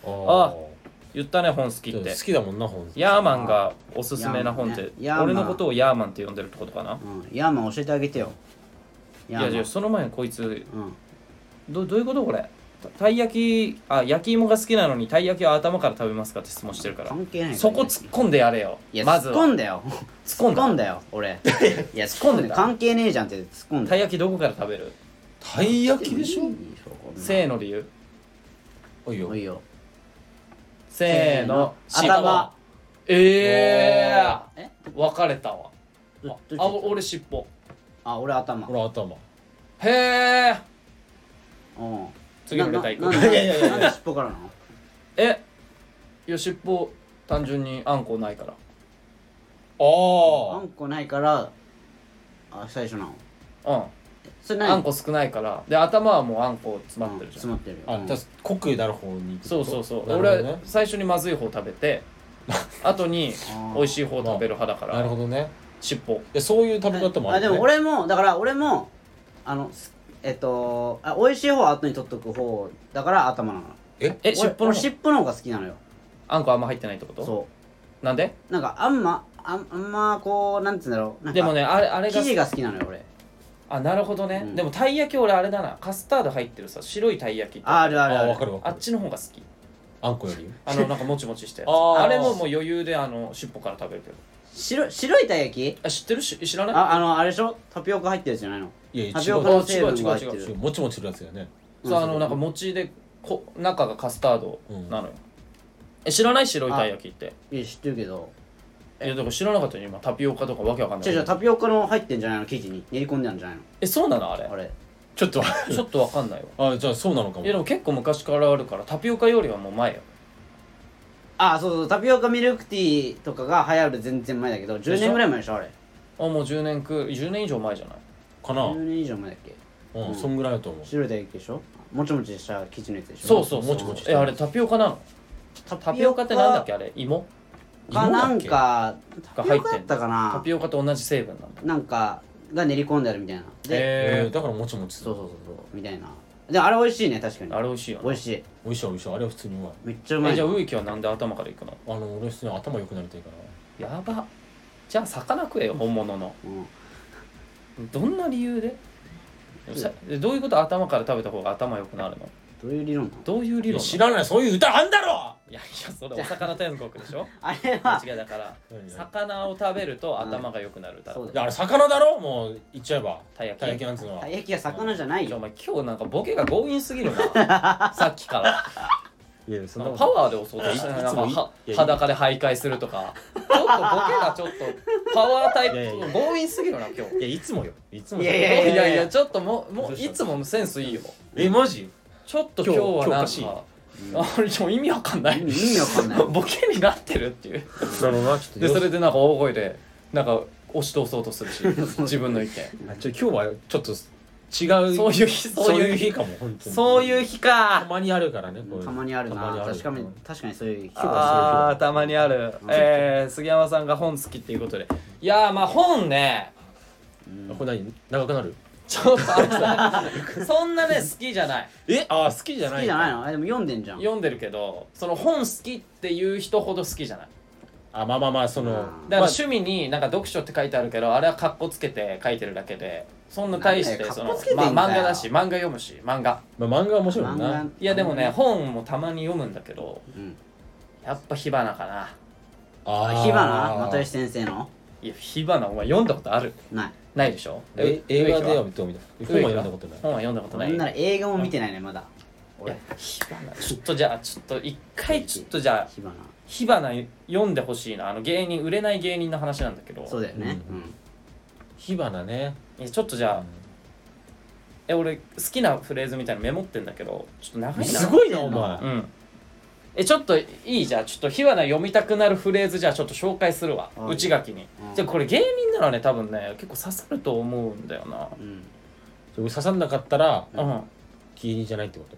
B: あ言ったね本好きって
C: 好きだもんな本。
B: ヤーマンがおすすめな本って、
A: ヤーマンねヤーマン
B: 俺のことをヤーマンって呼んでるってことかな。
A: うんヤーマン教えてあげてよ。
B: いやいやその前にこいつ
A: うん
B: どどういうことこれ。たい焼きあ焼き芋が好きなのにたい焼きは頭から食べますかって質問してるから
A: 関係ない
B: そこ突っ込んでやれよ。
A: いや
B: まずは
A: 突っ込んだよ
B: 突っ込んだ
A: 突っ込んだよ俺いや
B: 突っ込んでた
A: 関係ねえじゃんって突っ込んだ
B: たい焼きどこから食べる。
C: たい焼きでしょ。
B: せーの理由。
C: おいよ
A: いいよ
B: せーの
A: 頭。
B: ええ
A: え
B: 分かれたわ。
A: ど
B: あ
A: どっち
B: あ俺尻尾。
A: あ俺頭
C: 俺頭。
B: へえ
A: うん
B: 次俺大工
A: なななんで
C: いやいやいや
A: なんで尻尾からなの
B: えいや尻尾単純にあんこないから。
A: あ
C: あ
A: んこないからあ最初なの
B: うん
A: それ何
B: あんこ少ないからで頭はもうあんこ詰まってるじゃん。
A: 詰まってるよ
C: あ。あ、じゃあ濃くなる方に行く。
B: そうそうそう、
C: なるほど
B: 俺
C: ね。
B: 最初にまずい方食べて後に
A: あー
B: 美味しい方食べる派だから、
C: なるほどね。
B: 尻尾。
C: でそういう食べ方もあるね。
A: あでも俺もだから俺もあのすえっとあ美味しい方は後に取っとく方だから頭なの。
C: え
B: え尻尾の
A: 俺俺尻尾の方が好きなのよ。
B: あんこあんま入ってないってこと。
A: そう
B: なんで。
A: なんかあんまあんあんまこうなんつうんだろうなんか
B: でもねあれあれが
A: 生地が好きなのよ俺。
B: あなるほどね、
A: うん
B: でもたい焼き俺あれだなカスタード入ってるさ白いたい焼きって
A: あるあるある
C: あわかるわかる。
B: あっちの方が好き。
C: あんこより。
B: あのなんかもちもちしてやつ
C: あー
B: あれももう余裕であの尻尾から食べるけど。
A: 白白いたい焼き
B: あ知ってるし知らない。
A: ああのあれでしょタピオカ入ってるやつじゃないの。
C: いやいや
A: タピオ
C: 違う。
A: カの成分が入って
B: 違う違う違
A: る。
C: もちもちするやつだよね。
B: そうあのなんか餅でこ中がカスタードなのよ、
C: うん
B: え知らない白いたい焼きって。
A: いや知ってるけど
B: えだから知らなかったよ今タピオカとかわけわかんない。
A: 違う違うタピオカの入ってんじゃないの生地に練り込んであるんじゃないの
B: えそうなのあれ
A: あれ
C: ちょっと
B: ちょっとわかんないわ。
C: あじゃあそうなのかも
B: いやでも結構昔からあるからタピオカよりはもう前よ。
A: あそうそうタピオカミルクティーとかが流行る全然前だけどじゅうねんぐらい前でしょあれ
B: あもうじゅうねんくじゅうねん以上前じゃない。
C: かな。
A: じゅうねん以上前だっけ
C: うん、そんぐらいだと思う。
A: 白いたい焼きでしょもちもちした生地のやつでしょ
B: そうそうそう
C: もちもちして
B: えあれタピオカなの。タピオカってなんだっけあれ芋
A: かなんかタピオカだったか
B: タ
A: な
B: ピオカと同じ成分なんだ。
A: なんかが練り込んであるみたいなで
B: え
C: えー、だからもちもちする。
A: そうそうそうそうみたいなであれ美味しいね確かに
B: あれ美味しいよな。
A: 美味しい
C: 美味しい美味しい。あれは普通にうまい。
A: めっちゃうまい
B: えじゃあ
A: の
B: 植木はなんで頭からいくの。
C: あの俺普通に頭良くなりたいから。
B: やばじゃあ魚食えよ本物の。
A: うん
B: どんな理由でさどういうこと頭から食べた方が頭良くなるの。
A: どういう理論なの
B: どういう理論なの。
C: 知らない。そういう歌あんだろ。
B: いやいやそれお魚天国でしょ
A: あれは
B: 違うだから
C: 何
B: 魚を食べると頭が良くなるだろ。
A: そう
C: いやあれ魚だろ。もう言っちゃえば。
B: たい焼き
C: たい焼きなんつうのは
A: たい焼きは魚じゃないよ
B: お前今日なんかボケが強引すぎるなさっきから
C: いやそ
B: なんかパワーで襲おうとしてない。なんかは裸で徘徊するとかちょっとボケがちょっとパワータイプ
C: いやいや
B: 強引すぎるな今日。
C: いやいつもよ。いつも
A: いやいや
B: いやいやちょっともうもういつものセンスいいよ。
C: えマジ。
B: ちょっと今日はなん
C: 今日おかしい
B: かあれちょ意味わかんない
A: 意味わかんない
B: ボケになってるっていう
C: なるほどな。ちょっと
B: でそれでなんか大声でなんか押し通そうとするし自分の意見
C: あちょ今日はちょっと違う。
B: そういう日
C: そういう日かも本当に。
B: そういう日
C: た
B: か。
C: まにあるからね。こういう
A: たまにあるな
C: たまにある
A: 確かに確かにそういう日
B: あーたまにある、えー、杉山さんが本好きっていうことでいやーまあ本ね
C: あこれ何長くなる。
B: ちょっとあれさそんなね好きじゃない。
C: えあ好きじゃない。
A: 好きじゃないのあでも読んでんじゃん
B: 読んでるけどその本好きっていう人ほど好きじゃない。
C: あまあまあまあその
A: うん
B: だから趣味になんか読書って書いてあるけどあれはカッコつけて書いてるだけでそんな大して
A: なんだよ
B: その
A: カッコつけてんだよ
B: まあ漫画だし漫画読むし漫画
C: まあ漫画は面白いもん
A: 漫画
C: な。
B: いやでもね本もたまに読むんだけど
A: うん
B: やっぱ火花かな。
C: あー
A: 火花又吉先生の
B: いや火花お前読んだことある
A: ない
B: ないでしょ。
C: え映画では
B: 植木は
C: どう見た。本は読んだことない。
B: 本は読んだことない。
A: なんなら映画も見てないねまだ
B: い
A: 俺
B: や火花ちょっとじゃあちょっと一回ちょっとじゃあ
A: 火花
B: 火花読んでほしいな。あの芸人売れない芸人の話なんだけど
A: そうだよね
C: うん
A: うん
C: 火花ね。
B: いやちょっとじゃあえ俺好きなフレーズみたいなのメモってんだけどちょっと長いな。
C: すごいなお前。
B: うんえちょっといいじゃあちょっと火花読みたくなるフレーズじゃあちょっと紹介するわ
A: はい
B: 内書きに。
A: うん
B: じゃあこれ芸人ならね多分ね結構刺さると思うんだよな。
A: うん
C: 刺さんなかったら
B: うん
C: 芸人じゃないってこ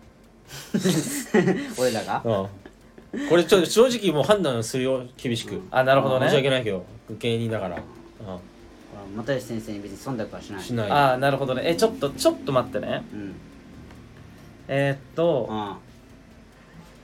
A: 俺らが
C: と。うん。これちょっと正直もう判断するよ厳しく。
B: あなるほど
C: 申し訳
B: ね。
C: ないけど芸人だから。う
A: 又吉先生に別に忖度はしない
C: ん。しない。
B: あーなるほどね。えちょっとちょっと待ってね。
A: うん
B: えー、っと
A: あ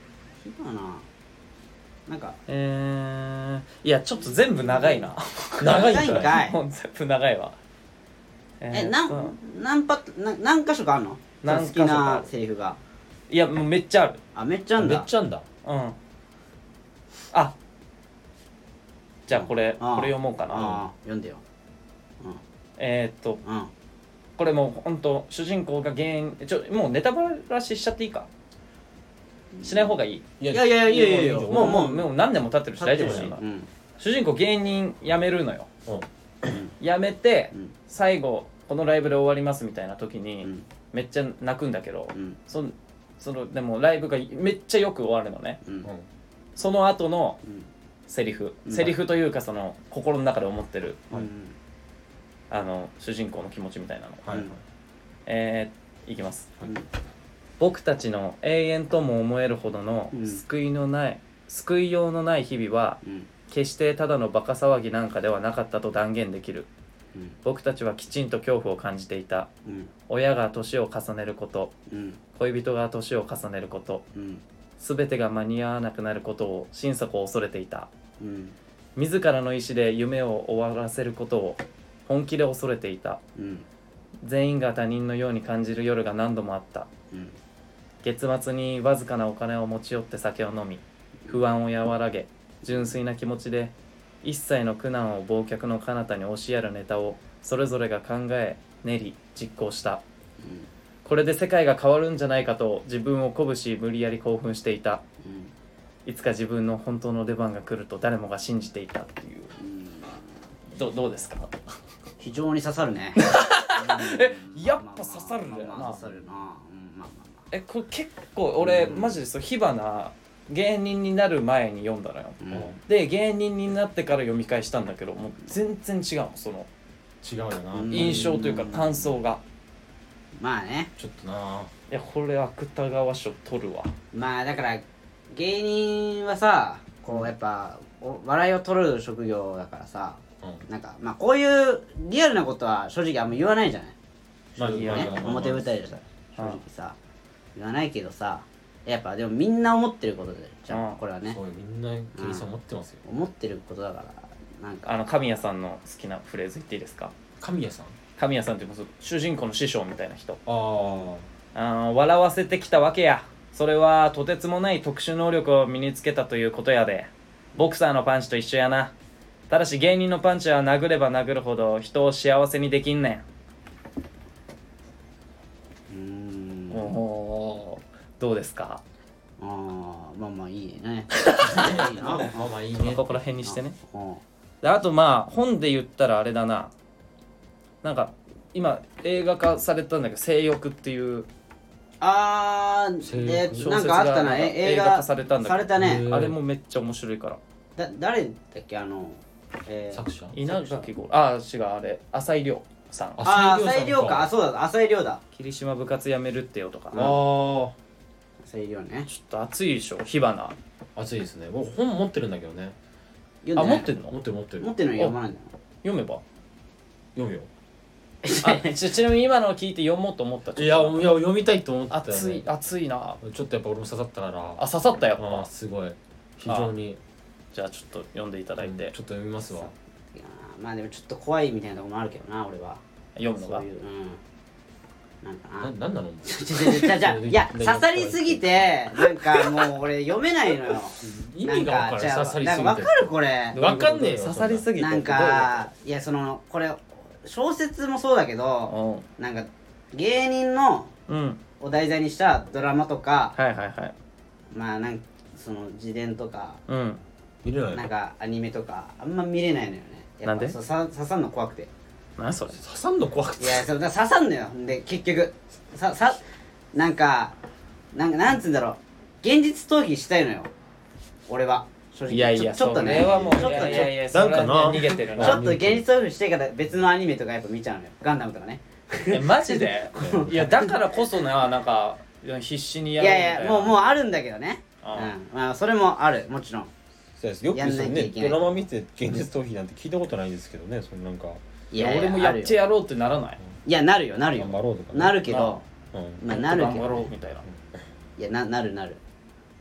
A: 火花なんか
B: えー、いやちょっと全部長いな
C: 長いんかい
A: 長いんかい
B: もう全部長いわ
A: え
B: ーっと
A: なん何パな何箇所かあんの好き
B: 何箇所かあ
A: な
B: る
A: セリフが
B: いやもうめっちゃある
A: あめっちゃあんだ
C: めっちゃあんだ
B: うんあじゃあこれ
A: ああ
B: これ読もうかな
A: ああ読んでよ
B: えー、っと
A: うん
B: これもうほんと主人公が原因ちょもうネタバラシしちゃっていいかしない方がいい
C: い
A: いやいやいやいやいや
C: もう
B: もうもうもう何年も経ってるし大丈夫だよ
C: 経って
A: うん
B: 主人公芸人辞めるのよ
C: うん
B: 辞めて
A: うん
B: 最後このライブで終わりますみたいな時
A: う
B: に
A: ん
B: めっちゃ泣くんだけど
A: うん
B: そそのでもライブがめっちゃよく終わるのね
A: うん
B: その後の
A: うん
B: セリフ
A: うん
B: セリフというかその心の中で思ってる
A: うん
B: あの主人公の気持ちみたいなの
C: はいはい
B: えー、いきます
A: うん
B: 僕たちの永遠とも思えるほどの
A: うん
B: 救いのない、救いようのない日々は
A: うん
B: 決してただのバカ騒ぎなんかではなかったと断言できる
A: うん
B: 僕たちはきちんと恐怖を感じていた
A: うん
B: 親が年を重ねること
A: うん
B: 恋人が年を重ねること
A: うん
B: 全てが間に合わなくなることを心底恐れていた
A: うん
B: 自らの意志で夢を終わらせることを本気で恐れていた
A: うん
B: 全員が他人のように感じる夜が何度もあった
A: うん
B: 月末にわずかなお金を持ち寄って酒を飲み不安を和らげ純粋な気持ちで一切の苦難を忘却の彼方に押しやるネタをそれぞれが考え練り実行したこれで世界が変わるんじゃないかと自分を鼓舞し無理やり興奮していた
A: うん
B: いつか自分の本当の出番が来ると誰もが信じていたっていう
A: うん
B: どどうですか
A: 非常に刺さるね
B: えやっぱ刺さるんだよな
A: まあまあ刺さるなうんまあまあま
B: えこれ結構俺、
A: うん
B: マジでそう火花芸人になる前に読んだのよ、
A: あうん
B: で芸人になってから読み返したんだけどもう全然違うのその
C: 違うよな
A: うん
B: 印象というか感想が
A: まあね
C: ちょっとない
B: やこれ芥川賞取るわ
A: まあだから芸人はさこうやっぱお笑いを取る職業だからさ
C: うん
A: なんかまあこういうリアルなことは正直あんま言わないじゃない
C: まあ
A: 正直ね
C: まあまあまあ
A: 表舞台でさ正
B: うん
A: 直さ言わないけどさやっぱでもみんな思ってることでじゃ
B: うん
A: んこれはね
C: そうよみんなケリーさん持ってますよ
A: 思ってることだからなんか
B: あの神谷さんの好きなフレーズ言っていいですか
C: 神谷さん
B: 神谷さんっていうの主人公の師匠みたいな人
C: ああ
B: あー笑わせてきたわけやそれはとてつもない特殊能力を身につけたということやでボクサーのパンチと一緒やなただし芸人のパンチは殴れば殴るほど人を幸せにできんね
A: うーん
B: んおーどうですか
A: あーまあまあいいねいいな
C: まあまあいいね
B: ここら辺にしてね
A: うん
B: であとまあ本で言ったらあれだななんか今映画化されたんだけど「性欲」っていう
A: あーで
B: 小説
A: なんかあったな
B: が
A: え映画
B: 映画化されたんだけど
A: されたね
C: へー
B: あれもめっちゃ面白いから
A: だ誰だっけあのえー
C: 作者
B: 稲垣吾あ違うあれ浅井亮さん
A: あー
C: 浅井亮さんか
A: 浅井亮かあそうだ浅井亮だ
B: 霧島部活やめるってよとか
C: ああ
A: 浅井亮ね
B: ちょっと熱いでしょ火花
C: 熱いですね僕本持ってるんだけどね
A: 読んでない
B: あ持ってんの
C: 持ってる持ってる
A: 持ってるの読まないんだよ
B: 読めば
C: 読むよ
B: あちちなみに今のを聞いて読もうと思った
C: いやいや読みたいと思ったよね
B: 熱い熱いな
C: ちょっとやっぱ俺も刺さったから
B: あ刺さったやっ
C: あー
B: ぱ
C: すごい非常に
B: じゃあちょっと読んでいただいて
C: ちょっと読みますわ
A: いやーまあでもちょっと怖いみたいなとこもあるけどな俺は
B: 読むのが
A: そういううんなんかな
C: ななんなの
A: ちょちょちょじゃじゃいや刺さりすぎてなんかもう俺読めないのよ
C: 意味が分から
A: なん
C: ん刺さりすぎて
A: なんかわかるこれ
C: わかんねえよ
B: 刺さりすぎて
A: なんかいやそのこれ小説もそうだけど
B: う
A: なんか芸人の
B: んうん
A: を題材にしたドラマとか
B: はいはいはい
A: まあなんその自伝とか
B: うん
C: 見れないの
A: なんかアニメとかあんま見れないのよねやっぱ
B: なんで
A: そうさ刺さんの怖くて
B: 何それ
C: 刺さんの怖くて
A: いやそうだから刺さんのよで結局ささなんかなんかなんつうんだろう現実逃避したいのよ俺は正直
B: いやいや
A: ちょちょっとね
B: それはもう
A: ちょっと
B: いやいやいや
C: なんかな
B: それは逃げてるな
A: ちょっと現実逃避してから別のアニメとかやっぱ見ちゃうのよガンダムとかね
B: えマジでいやだからこそななんか必死に
A: い
B: やろうみたいな
A: やいやもうもうあるんだけどね
B: あ
A: うんまあそれもあるもちろん
E: そうですよく
A: やん
E: そのね
A: なきゃいけない
E: ドラマ見て現実逃避なんて聞いたことないんですけどねそのなんか
B: いや俺もやってやろうってならない
A: いやなるよなるよ
E: 頑張ろうとかね
A: なるけど
E: うん
A: まあなるけ
B: 頑張ろ
A: ど
B: うみたいない
A: やななるなる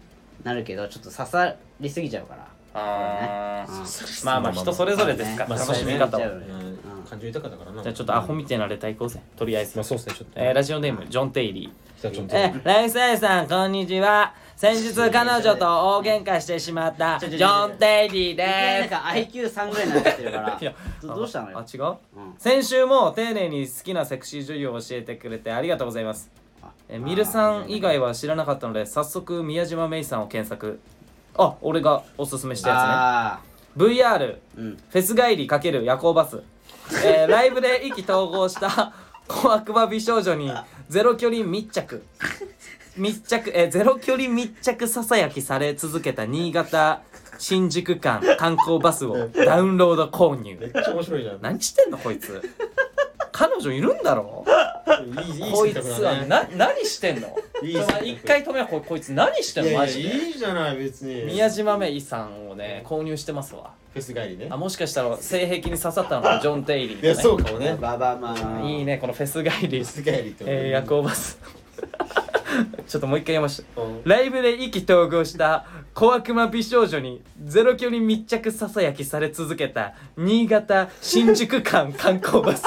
A: なるけどちょっと刺さりすぎちゃうから
B: あ
A: うん
B: ーまあまあ人それぞれですから、
A: まあね
B: 楽しみ方は。
A: まあ
E: うん感情豊かだからな。
B: じゃあちょっとアホみたいなレターいこうぜ、とりあえず。
E: まあそうですねちょっと。
B: えーラジオネームジョン・テイリー。
E: じゃあちょっと。
B: えー、ライスアイさんこんにちは。先日彼女と大喧嘩してしまったジョン・テイリーです。
A: なんか アイキューさん ぐらいになっちゃってるから
B: いや
A: どどうしたのよ
B: あ、違う、
A: うん
B: 先週も丁寧に好きなセクシー女優を教えてくれてありがとうございます。えミルさん以外は知らなかったので早速宮島芽衣さんを検索。あ、俺がおすすめしたや
A: あ
B: つね。 ブイアール
A: ーうん
B: フェス帰り×夜行バス、えーライブで意気投合した小悪魔美少女にゼロ距離密着密着、えーゼロ距離密着ささやきされ続けた新潟新宿間観光バスをダウンロード購入。
E: めっちゃ面白いじゃん。
B: 何してんのこいつ。彼女いるんだろ。
E: いいいい
B: こいつ
E: 選択だね
B: はな何してんの。
E: いい
B: ちょまあ一回止めよう。ここいつ何してん
E: いやいや
B: のマジで。
E: いいじゃない別に。
B: 宮島芽衣さんをね購入してますわ。
E: フェス帰りね
B: あ、。もしかしたら性癖に刺さったのがジョン・テイリー、ね、
E: いやそうかもね。
A: ババまあ
B: いいねこのフェス帰り
E: フェス帰りって。
B: えー、夜行バスちょっともう一回言いました。
E: うん
B: ライブで意気投合した小悪魔美少女にゼロ距離密着ささやきされ続けた新潟新宿間観光バスこん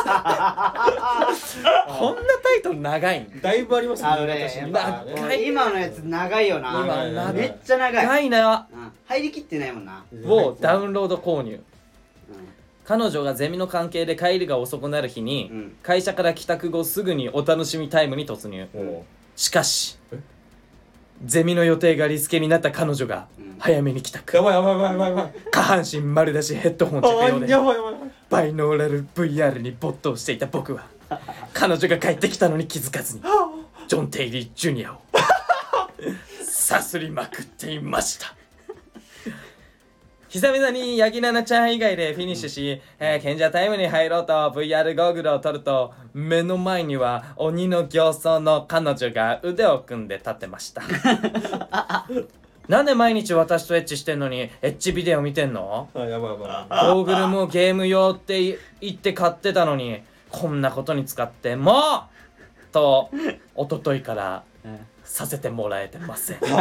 B: なタイトル長いん
E: だいぶありますね。
A: あのね
E: 新
B: やっぱ
E: 潟市ね
A: 今のやつ長いよな
B: 今
E: 長い
A: めっちゃ長い
B: 長いな
A: うん入りきってないもんな
B: をダウンロード購入。
A: う
B: 彼女がゼミの関係で帰りが遅くなる日に、
A: うん
B: 会社から帰宅後すぐにお楽しみタイムに突入。
E: おう
B: しかし
E: え
B: ゼミの予定がリスケになった彼女が
A: うん
B: 早めに帰宅。
E: やばいやばいやばいやばいやばい。
B: 下半身丸出しヘッドホン着
E: あ
B: 用で
E: やばいやばいやばい。
B: バイノーラル ブイアール に没頭していた僕は彼女が帰ってきたのに気づかずにジョン・テイリー・ジュニアをさすりまくっていました。久々にヤギナナちゃん以外でフィニッシュし、えー賢者タイムに入ろうと ブイアール ゴーグルを取ると目の前には鬼の形相の彼女が腕を組んで立ってました。なんで毎日私とエッチしてんのにエッチビデオ見てんの？
E: あやばいやば
B: ゴーグルもゲーム用って言って買ってたのにこんなことに使ってもうと一昨日からさせてもらえてません。どう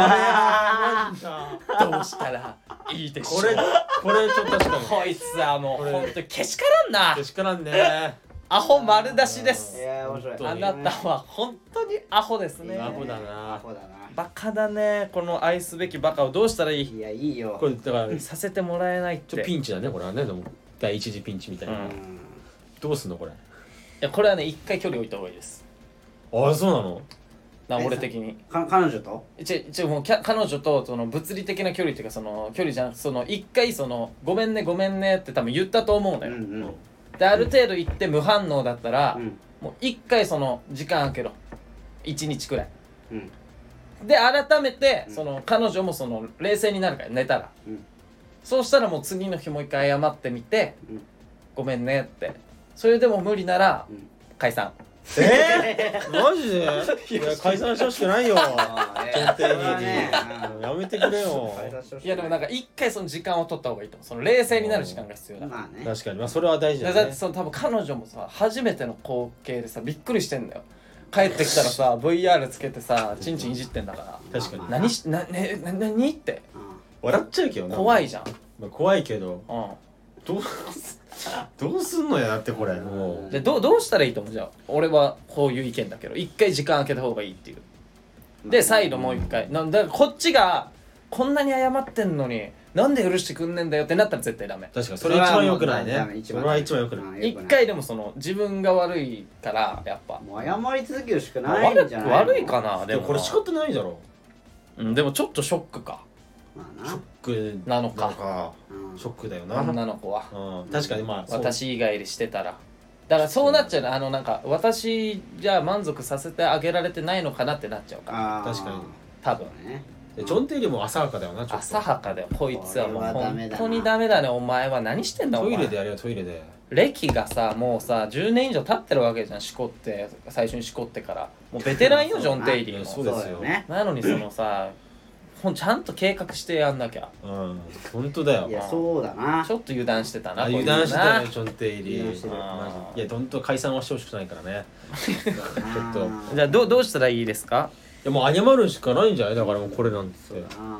B: したらいいでしょう。
E: これこれちょっと確かに。
B: こいつはもうほんとけしからんな。
E: けしからんね。
B: アホ丸出しで
A: ん
B: す
A: い。や面白い
B: あなたは本当にアホですね。
E: アホだ
A: ア
E: な。
A: ホだな
B: バカだね。この愛すべきバカをどうしたらいい？
A: いやいいよ
E: これだから
B: させてもらえないって。
E: ちょっとピンチだねこれはねでも第一次ピンチみたいな。
B: うん
A: うん
E: どうすんのこれ。
B: いやこれはね一回距離置いた方がいいです。
E: あそうなの。
B: な俺的に。
A: か彼女と
B: ちちもうきゃ彼女とその物理的な距離っていうかその距離じゃなくてその一回そのごめんねごめんねって多分言ったと思うのよ。
A: うんうん
B: である程度言って無反応だったら、
A: うん
B: もう一回その時間空けろいちにちくらい
A: うん
B: で改めて
A: うん
B: その彼女もその冷静になるから寝たら、
A: うん
B: そうしたらもう次の日もう一回謝ってみて、
A: うん
B: ごめんねってそれでも無理なら
A: うん
B: 解散。
E: えー、マジで。いや解散してほしくないよ。
A: あー
E: ちょっといい
A: それはね
E: やめてくれよ。
B: いやでもなんか一回その時間を取った方がいいと思う。その冷静になる時間が必要だから。
A: まあね
E: 確かにまあそれは大事だね。
B: だってその多分彼女もさ初めての光景でさびっくりしてんだよ。帰ってきたらさ ブイアール つけてさチンチンいじってんだから
E: 確かに
A: まあ
B: 何しなねな何って
A: うん
E: 笑っちゃうけどな。
B: 怖いじゃん。
E: まあ怖いけど
B: うん
E: どうどうすんのやだってこれもう。
B: じゃあどうどうしたらいいと思う。じゃあ俺はこういう意見だけど一回時間空けた方がいいっていうで再度もう一回なんだからこっちがこんなに謝ってんのになんで許してくんねんだよってなったら絶対ダメ。
E: 確かにそれ一番良くないね。
A: それはもう
E: それは一番良くない。
A: うん
B: 一回でもその自分が悪いからやっぱ
A: もう謝り続けるしかないん
B: 悪く
A: じゃないの
B: 悪いかなでも
E: でもこれ仕方ないだろ。
B: うんでもちょっとショックか
A: まあな
E: ショック
B: なのか
E: なんか
A: うん
E: ショックだよな。
B: 女の子は
E: うん確かにまあそう
B: 私以外でしてたらだからそうなっちゃうのあのなんか私じゃあ満足させてあげられてないのかなってなっちゃうから
A: あー
E: 確かに
B: 多分
A: ね
E: でジョン・テイリーも浅はかだよなちょっと。
B: 浅はかだよこいつはもう
A: これはダメだな
B: 本当にダメだね。お前は何してんだお前
E: トイレでやれよトイレで。
B: 歴がさもうさじゅうねん以上経ってるわけじゃんしこって最初にしこってからもうベテランよジョン・テイリーも
E: そうですよ
A: だよね
B: なのにそのさほんちゃんと計画してやんなきゃ
E: うん本当だよ。
A: いやそうだな
B: ちょっと油断してたな
E: あ
B: こいつ
E: 油断してた
B: な
E: ねジョン・テイリー。
A: 油断してる
E: マジいや本当解散はしてほしくないからね。ちょっと
A: あー
B: じゃあどうどうしたらいいですか。
E: いやもう謝るしかないんじゃないだからもうこれなんて。
A: あ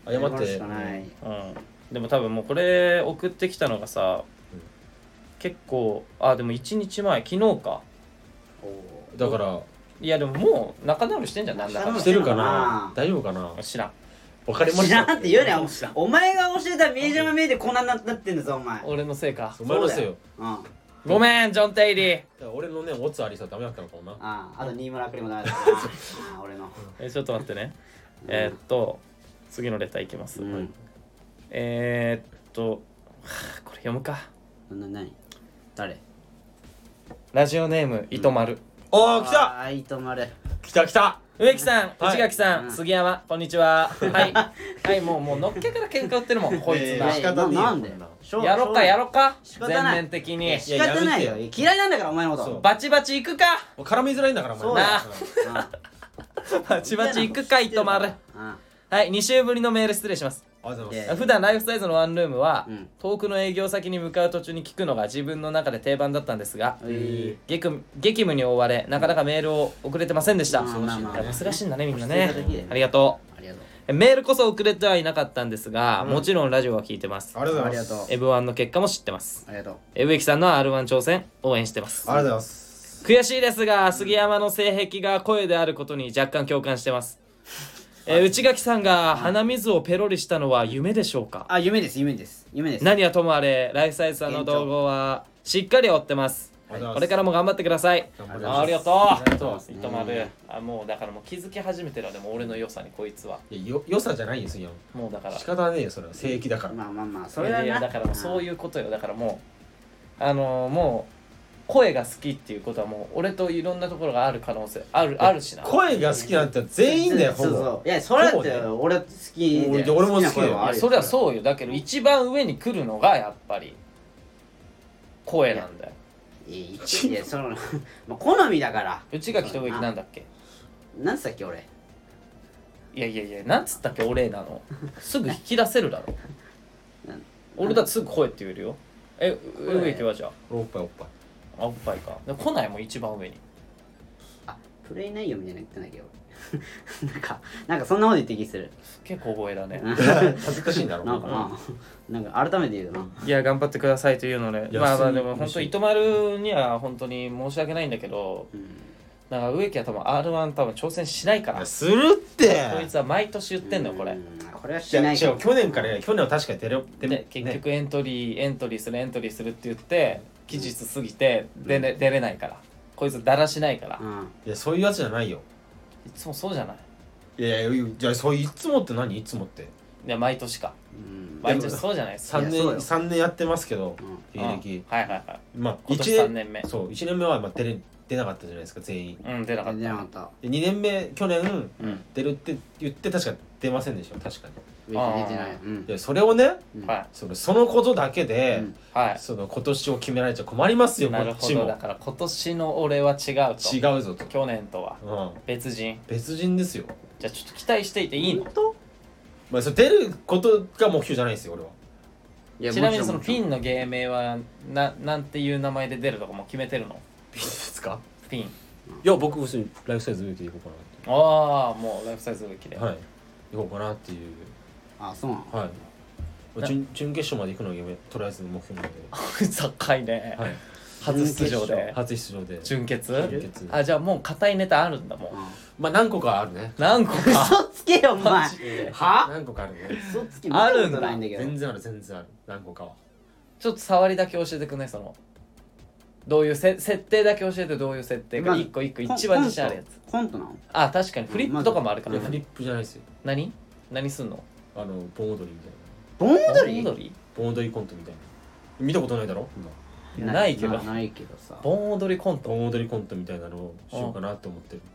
E: 謝って
A: しかない。
B: うんでも多分もうこれ送ってきたのがさ、
E: うん
B: 結構あでもいちにちまえ昨日か。
A: お
E: だから
B: いやでももう仲直りしてんじゃんなんだかんだ
E: してるか
A: してんのか
E: な
A: な
E: 大丈夫かな
B: 知らん。
E: わかりま
A: 知
E: した
A: らんって言うねん。
B: 知らん
A: お前が教えたビージャムメイでこんなになってんだぞお前。
B: 俺のせいか。
E: お前のせいよ
A: うん
B: ごめんジョン・テイリー。
E: だから俺のねオツありさダメだったのかもな
A: ああ、あと新村栗もダメだったな。ああ、俺の。
B: えちょっと待ってね。
A: うん
B: えーっと次のレターいきます。
A: うん。
B: えーっとはあこれ読むか。
A: な、なに誰
B: ラジオネーム糸丸。
E: おー来た
A: ああ、糸丸。
E: 来た来た
B: 植木さん、
E: はい
B: 内垣さん、
A: うん
B: 杉山、こんにちは。はい。はい、もう、もう、のっけから喧嘩売ってるもん、こいつな。
E: えー仕方ねえよ
A: なんで
E: こんな
A: しょう
B: やろっか、やろっか。
A: 仕方ない
B: 全面的に
A: いや。仕方ないよ
E: いややめ。
A: 嫌いなんだから、お前のこ
E: そう
A: と。
B: バチバチ行くか。
E: 絡みづらいんだからお前
A: そうだよ
B: なバチバチ行くか、糸丸。
A: うん
B: はい、に週ぶりのメール失礼します。
E: ありがとうござい
A: いや
E: ます
B: 普段ライフサイズのワンルームは、
A: うん
B: 遠くの営業先に向かう途中に聞くのが自分の中で定番だったんですが、
A: え
B: 激務激務に追われ、なかなかメールを送れてませんでした。
A: まあまあまあ
B: いや難しいんだね、みんな
A: して
B: ね
A: ただけで。
B: ありがと
A: ありがとう。
B: う。メールこそ送れてはいなかったんですが、もちろんラジオは聞いてます。
E: ありがとうございます
A: ありがとう
B: エブワンの結果も知ってます。
A: ありがとう。
B: え植木さんの アールワン 挑戦応援してます。
E: ありがとうございます
B: 悔しいですが杉山の性癖が声であることに若干共感してます。えー内垣さんが鼻水をペロリしたのは夢でしょうか。
A: あ、夢です、夢です。夢です。
B: 何はともあれライフサイズさんの動画はしっかり追ってます。
E: ありがとうございます
B: これからも頑張ってください。
E: 頑張ります
B: ありがとう。
E: ありがとう
B: 糸丸。あもうだからもう気づき始めてるわ。でも俺の良さにこいつは。
E: いやよ良さじゃないよ杉山
B: もうだから。
E: 仕方ねえよそれは正規だから
A: まあまあまあ、それはいな。
B: やいやだからもうそういうことよ。だからもうあのー、もう声が好きっていうことはもう俺といろんなところがある可能性あるあるしな。
E: 声が好きなんて全員だよほぼ
A: そうそう。いや、それだって
E: ほぼね
A: 俺好きで。
E: 俺俺も好きだよ
A: な声はある
B: いやそれはそうよ。だけど一番上に来るのがやっぱり声なんだよ。
A: いや、いや、その、まあ好みだから。
B: 内垣と植木なんだっけ。
A: なんつったっけ、俺。
B: いやいやいやなんつったっけ俺なの。すぐ引き出せるだろ
A: なん
B: 俺だってすぐ声って言えるよ。え植木はじゃ
E: おっぱいおっぱい
B: ああおっぱいか。で来ないもん一番上に。
A: あ、プレイ内容みたいなの言ってないけど。なんか、なんかそんなこと言って気する。
B: 結構声だね。
E: 恥ずかしいんだろ
A: なんかな、なんか改めて言うとな。
B: いや頑張ってくださいというので、
E: いや
B: まあまあ
E: す
B: でも本当糸丸には本当に申し訳ないんだけど、
A: うん。
B: なんか植木は多分 アールワン 多分挑戦しないから。
E: するって
B: こいつは毎年言ってんのよこれ。
A: うんこれは
E: じゃあ
A: しない
E: 違う去年からね去年は確かにテレテ
B: で
E: レ
B: 結局エントリー、エントリーするエントリーするって言って期日過ぎて出れ,、出れないからこいつだらしないから、
A: うん。
E: いやそういうやつじゃないよ
B: いつもそうじゃない。
E: いやいやじゃあそういつもって何いつもって
B: いや毎年か
A: うん。
B: 毎年そうじゃないですか。
E: 3
A: いやそうよ
E: 年三年やってますけど
A: うん
E: 芸歴
B: はいはいはい。
E: まあ
B: 今年
E: 一
B: さんねんめ。
E: そういちねんめはまあ出れ出なかったじゃないですか全員
B: うん出なかった。
A: 出なかった。
E: でにねんめ去年
A: うん。
E: 出るって言って確か出ませんでした確か
A: 出てない。うん
E: にでそれをね
A: うん。
B: はい
E: そのそのことだけで、
A: うん
B: はい。
E: その今年を決められちゃ困りますよこ
B: なる
E: っちも
B: ほどだから今年の俺は違うと。
E: 違うぞと、
B: 去年とは
E: うん、
B: 別人。
E: 別人ですよ
B: じゃあちょっと期待していていいの。
E: まあそれ出ることが目標じゃないですよ俺はい
A: や
B: ちなみにそのフィ
A: もちろん
B: ンの芸名はななんていう名前で出るとかもう決めてるの。
E: ピンですか
B: フィン。
E: いや僕普通にライフサイズ植木でいこうか
B: ああもうライフサイズ植木で。
E: なはい行こうかなっていう
A: あ、そうなの。
E: はいまあ準準決勝まで行くのが夢とりあえずの目標なので
B: 高いね、
E: はい
B: 初出場で
E: 初出場で
B: 準決
E: 準決
B: あじゃあもう硬いネタあるんだもん。
E: まあ何個かあるね
B: 何個か
A: 嘘つけよお前
B: マジで
A: は
E: 何個かあるね
A: 嘘つけ
B: あるんだ
A: 見たことないんだけど
E: 全然ある全然ある何個かは
B: ちょっと触りだけ教えてくんないそのどういうせ設定だけ教えてどういう設定か
A: まず
B: 一個一個一番自信あるやつ。
A: コントなの
B: あ確かにフリップとかもあるから、
E: いやフリップじゃないですよ
B: 何何すんの。
E: あの盆踊りみたい
A: 盆踊り
B: 盆踊り
E: な盆踊りコントみたいな見たことないだろ
B: いやないけど
A: なないけどさ
B: 盆踊りコント。
E: 盆踊りコントみたいなのをしようかなって思ってる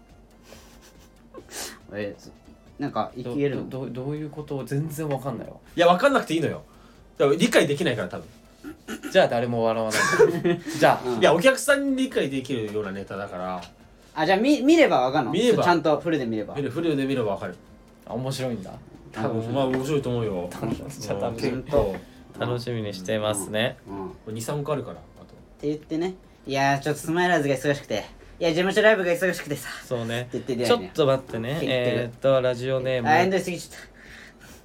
A: えそなんかい
B: ど
A: けるの
B: どどどういうこと全然わかんないよ。
E: いや分かんなくていいのよだから理解できないから多分
B: じゃあ誰も笑わないじゃあ
A: うん
E: いやお客さんに理解できるようなネタだから
A: あじゃあ見見ればわかんの
E: 見れば
A: ちゃんとフルで見れば
E: フルフルで見れば分かる
B: あ面白いんだ。
E: 多分まあ面白いと思うよ
B: じゃあ楽しみ
E: 結構
B: 楽しみにしてますね。
A: うんっ
E: にさんこあるからあと
A: て言ってねいやーちょっとスマイラーズが忙しくていや事務所ライブが忙しくてさ
B: そうね
A: って言って出
B: ちょっ
A: ないね
B: と待ってね
A: 結局
B: えー、っとラジオネーム
A: あエンドしすぎちゃっ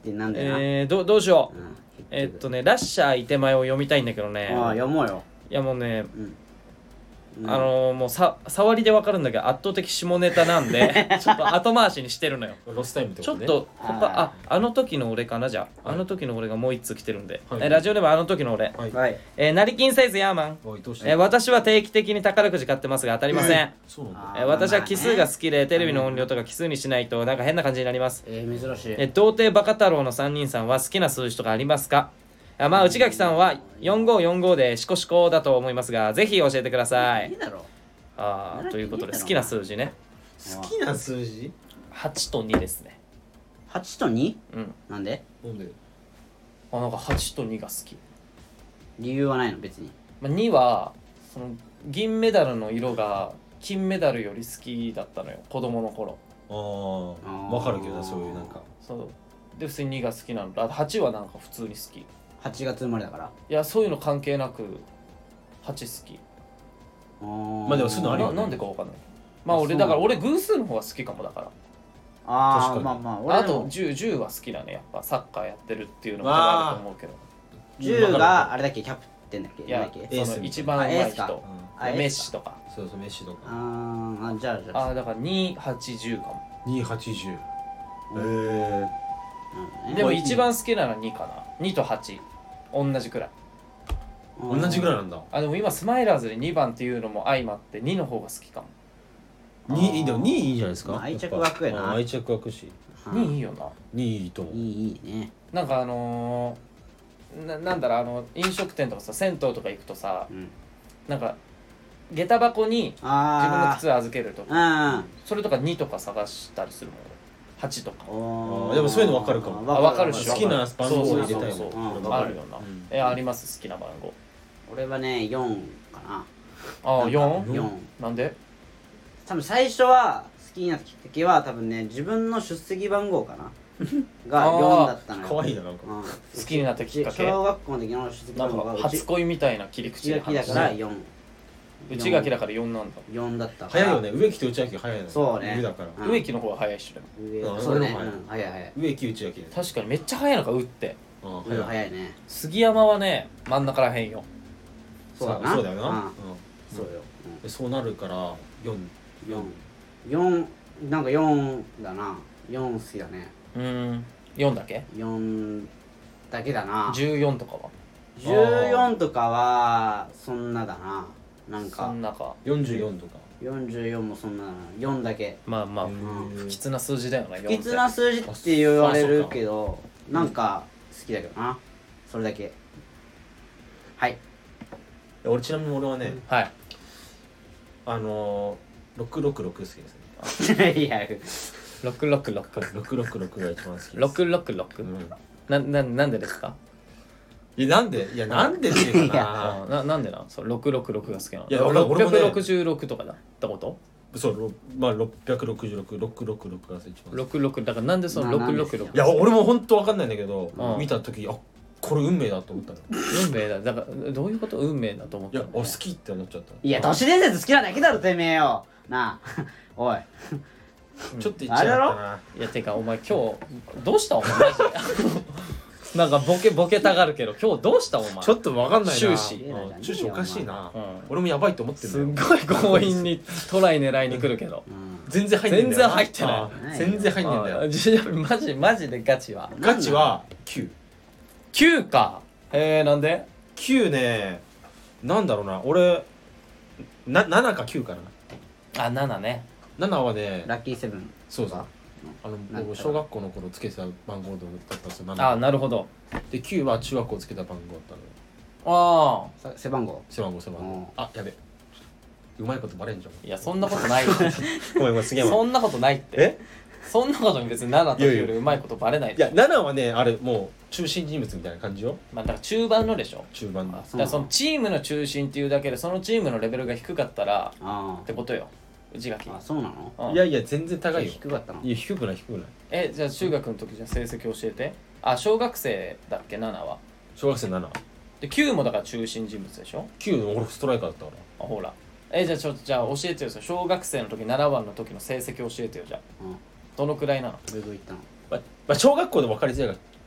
A: ってなんだよな、
B: えー、どどうしよう、
A: うん、
B: えーっとねラッシャーいて前を読みたいんだけどね
A: ああ読もうよ、
B: いやもうね
A: うん
B: あのー、もうさ触りでわかるんだけど圧倒的下ネタなんでちょっと後回しにしてるのよ
E: ロスタイムってことね
B: ちょっと他
A: あ
B: ああの時の俺かなじゃあ、
E: はい
B: あの時の俺がもう一通来てるんで、
E: はい
B: えラジオでもあの時の俺、
E: はい
A: はい
B: えー、成金サイズヤーマン、
E: おいどうした
B: えー私は定期的に宝くじ買ってますが当たりません、
E: そうなんだ
A: あ
B: えー私は奇数が好きでテレビの音量とか奇数にしないとなんか変な感じになります。
A: えー、珍しい
B: えー童貞バカ太郎のさんにんさんは好きな数字とかありますか？あまあ内垣さんはよんごーよんごでシコシコだと思いますがぜひ教えてください。
A: いいだろ
B: あーということで好きな数字ね
E: 好きな数字
B: はちとにですね。
A: はちとに
B: うん
A: なんで
E: なんで
B: あなんかはちとにが好き、
A: 理由はないの別に
B: まあ、にはその銀メダルの色が金メダルより好きだったのよ子供の頃。
E: ああわかるけどなそういうなんか
B: そうで普通ににが好きなのあはちはなんか普通に好き。い
A: はちがつ生まれだから
B: やそういうの関係なくはち好き。
A: ま
E: まあでもそういうのあるよね
B: ななんでかわかんない。まあ俺
A: そう
B: だから俺偶数の方が好きかもだから。
A: あ
E: 確かに
A: あまあまあ俺
B: あ
A: でも
B: とじゅう、じゅうは好きだねやっぱサッカーやってるっていうのもあると思うけど。
A: じゅうがあれだっけキャプテンだっけ
B: いや
A: なんだっけ
E: エース
B: その一番上手い
A: あエースか
B: 人
A: あエースか
B: メッシとか。
E: そうそうメッシとか
A: あーあじゃあじゃあ
B: ああだからに、はち、じゅうかも。
E: にひゃくはちじゅうへえ
A: うん
B: でも一番好きなのはにかな。にとはち同じくらい。
E: 同じぐらいなんだ
B: あでも今スマイラーズでにばんっていうのも相まってにの方が好きかも。
E: にでもにいいじゃないですか
A: まあ愛着湧くやな
E: っぱうん愛着湧くし
B: にいいよな。
E: にいいと思う
A: いいいいね
B: なんかあのー、ななんだろうあの飲食店とかさ銭湯とか行くとさ
A: うん
B: なんか下駄箱に自分の
A: あ
B: 靴預けるとか
A: あ
B: それとかにとか探したりするもんはちとか
A: うん
E: あーでもそういうの分かるかも
B: あ分かるっしょ
E: 好きな番号を入れたいもん
B: そうそうそう
A: うん
B: そうあるよな、
E: うん
B: えあります好きな番号
A: 俺はねよんかな
B: ああ よん?
A: よん
B: なんで
A: 多分最初は好きになったきっかけは多分ね自分の出席番号かなが
B: あー
A: よんだったのよ
E: 可愛いななんか
A: うん
B: 好きになったきっかけ
A: 小学校の時の出席
B: なん
A: 番号が
B: か初恋みたいな切り口
A: 内
B: で
A: 垣だから
B: 話して
A: よん
B: 内垣だからよんなんだ
A: よんだったから
E: 早いよね植木と内垣早いの
A: そうね
E: 上だから
A: うん
B: 植木の方が早いっしょでも
A: 上
E: うん
A: そうだね
E: 俺の方
A: うん早い早い
E: 植木内垣ね
B: 確かにめっちゃ早いのか打って
E: うん
A: うん
E: 早い
A: 早いね
B: 杉山はね真ん中らへんよ
A: そうだな
E: そうだよな
A: うん
E: うん
A: そうよ
E: でそうなるからよん
A: よんよんなんかよんだなよん好きだね
B: うーんよんだけ
A: よんだけだな
B: じゅうよんとかは
A: じゅうよんとかはそんなだななん
B: そ
A: か
B: んなか
E: よんじゅうよんとか
A: よんじゅうよんもそんなだなよんだけ
B: まあまあ
E: へー
B: 不吉な数字だよな
A: 不吉な数字って言われるけどなんか好きだけどなそれだけはい
E: 俺ちなみに俺はね
B: はい
E: あのーろくろくろく好きですね
A: いや
B: ろくろくろく
E: ろくろくろくが一番好きです
B: ろくろくろく
E: うん
B: なななんでですか
E: いやなんでいやなんでっていうかな
B: あななんでなんそうろくろくろくが好きなの
E: いや俺俺もね
B: ろっぴゃくろくじゅうろくとかだったこと
E: そうろまあろっぴゃくろくじゅうろくろくろくろくが一番好き
B: ろくろくだからなんでその
A: な
B: ろくろくろく
E: いや俺も本当わかんないんだけど
B: うん
E: 見た時あこれ運命だと思ったの
B: 運命だだからどういうこと運命だと思っ
E: いや
B: たの
E: お好きって思っちゃった
A: いや都市伝説好きなだけだろてめえよなあおい
E: ちょっと言っちゃったない
B: やてかお前今日どうしたお前マジでなんかボケボケたがるけど今日どうしたお前
E: ちょっとわかんないな
B: 終始
E: うん終始おかしいな
B: うん
E: 俺もやばいと思って
B: す
E: るんだよ
B: っごい強引にトライ狙いに来るけど
A: うん
E: 全然入んないんだよ
B: 全然入ってない
E: あー全然入んないんだよ
B: あじゃあマジマジでガチは
E: ガチはきゅう
B: きゅうかへえなんで
E: きゅうねなんだろうな俺なななかきゅうかな
B: あななね
E: ななはね
A: ラッキーセブン
E: そうそうあの
A: なんか
E: 僕小学校の頃つけてた番号だったんですよなな
B: あなるほど
E: できゅうは中学校つけた番号だったのよ
B: あ
A: さ背番号
E: 背番号背番
A: うん
E: 号あやべうまいことバレんじゃん
B: あいやそんなことないわ
E: ごめんごめんすげえわ
B: そんなことないって
E: え
B: そんなことに別にななというよりうまいことバレない
E: いやななはねあれもう中心人物みたいな感じよ
B: まあだから中盤のでしょ
E: 中盤の
B: だからそのチームの中心っていうだけでそのチームのレベルが低かったら
A: あ
B: ってことよ内垣
A: ああそうなの
B: うん
E: いやいや全然高いよ
A: 低かったの
E: いや低くない低くない
B: えじゃあ中学の時じゃあ成績教えてあ小学生だっけななは
E: 小学生なな
B: できゅうもだから中心人物でしょ
E: きゅうの俺ストライカーだったか
B: あほらえじゃあちょっとじゃあ教えてよそれ小学生の時ななばんの時の成績教えてよじゃあ
A: うん
B: どのくらいなの
A: どこ行ったの
E: ら、まあまあ、小学校で分かりづらい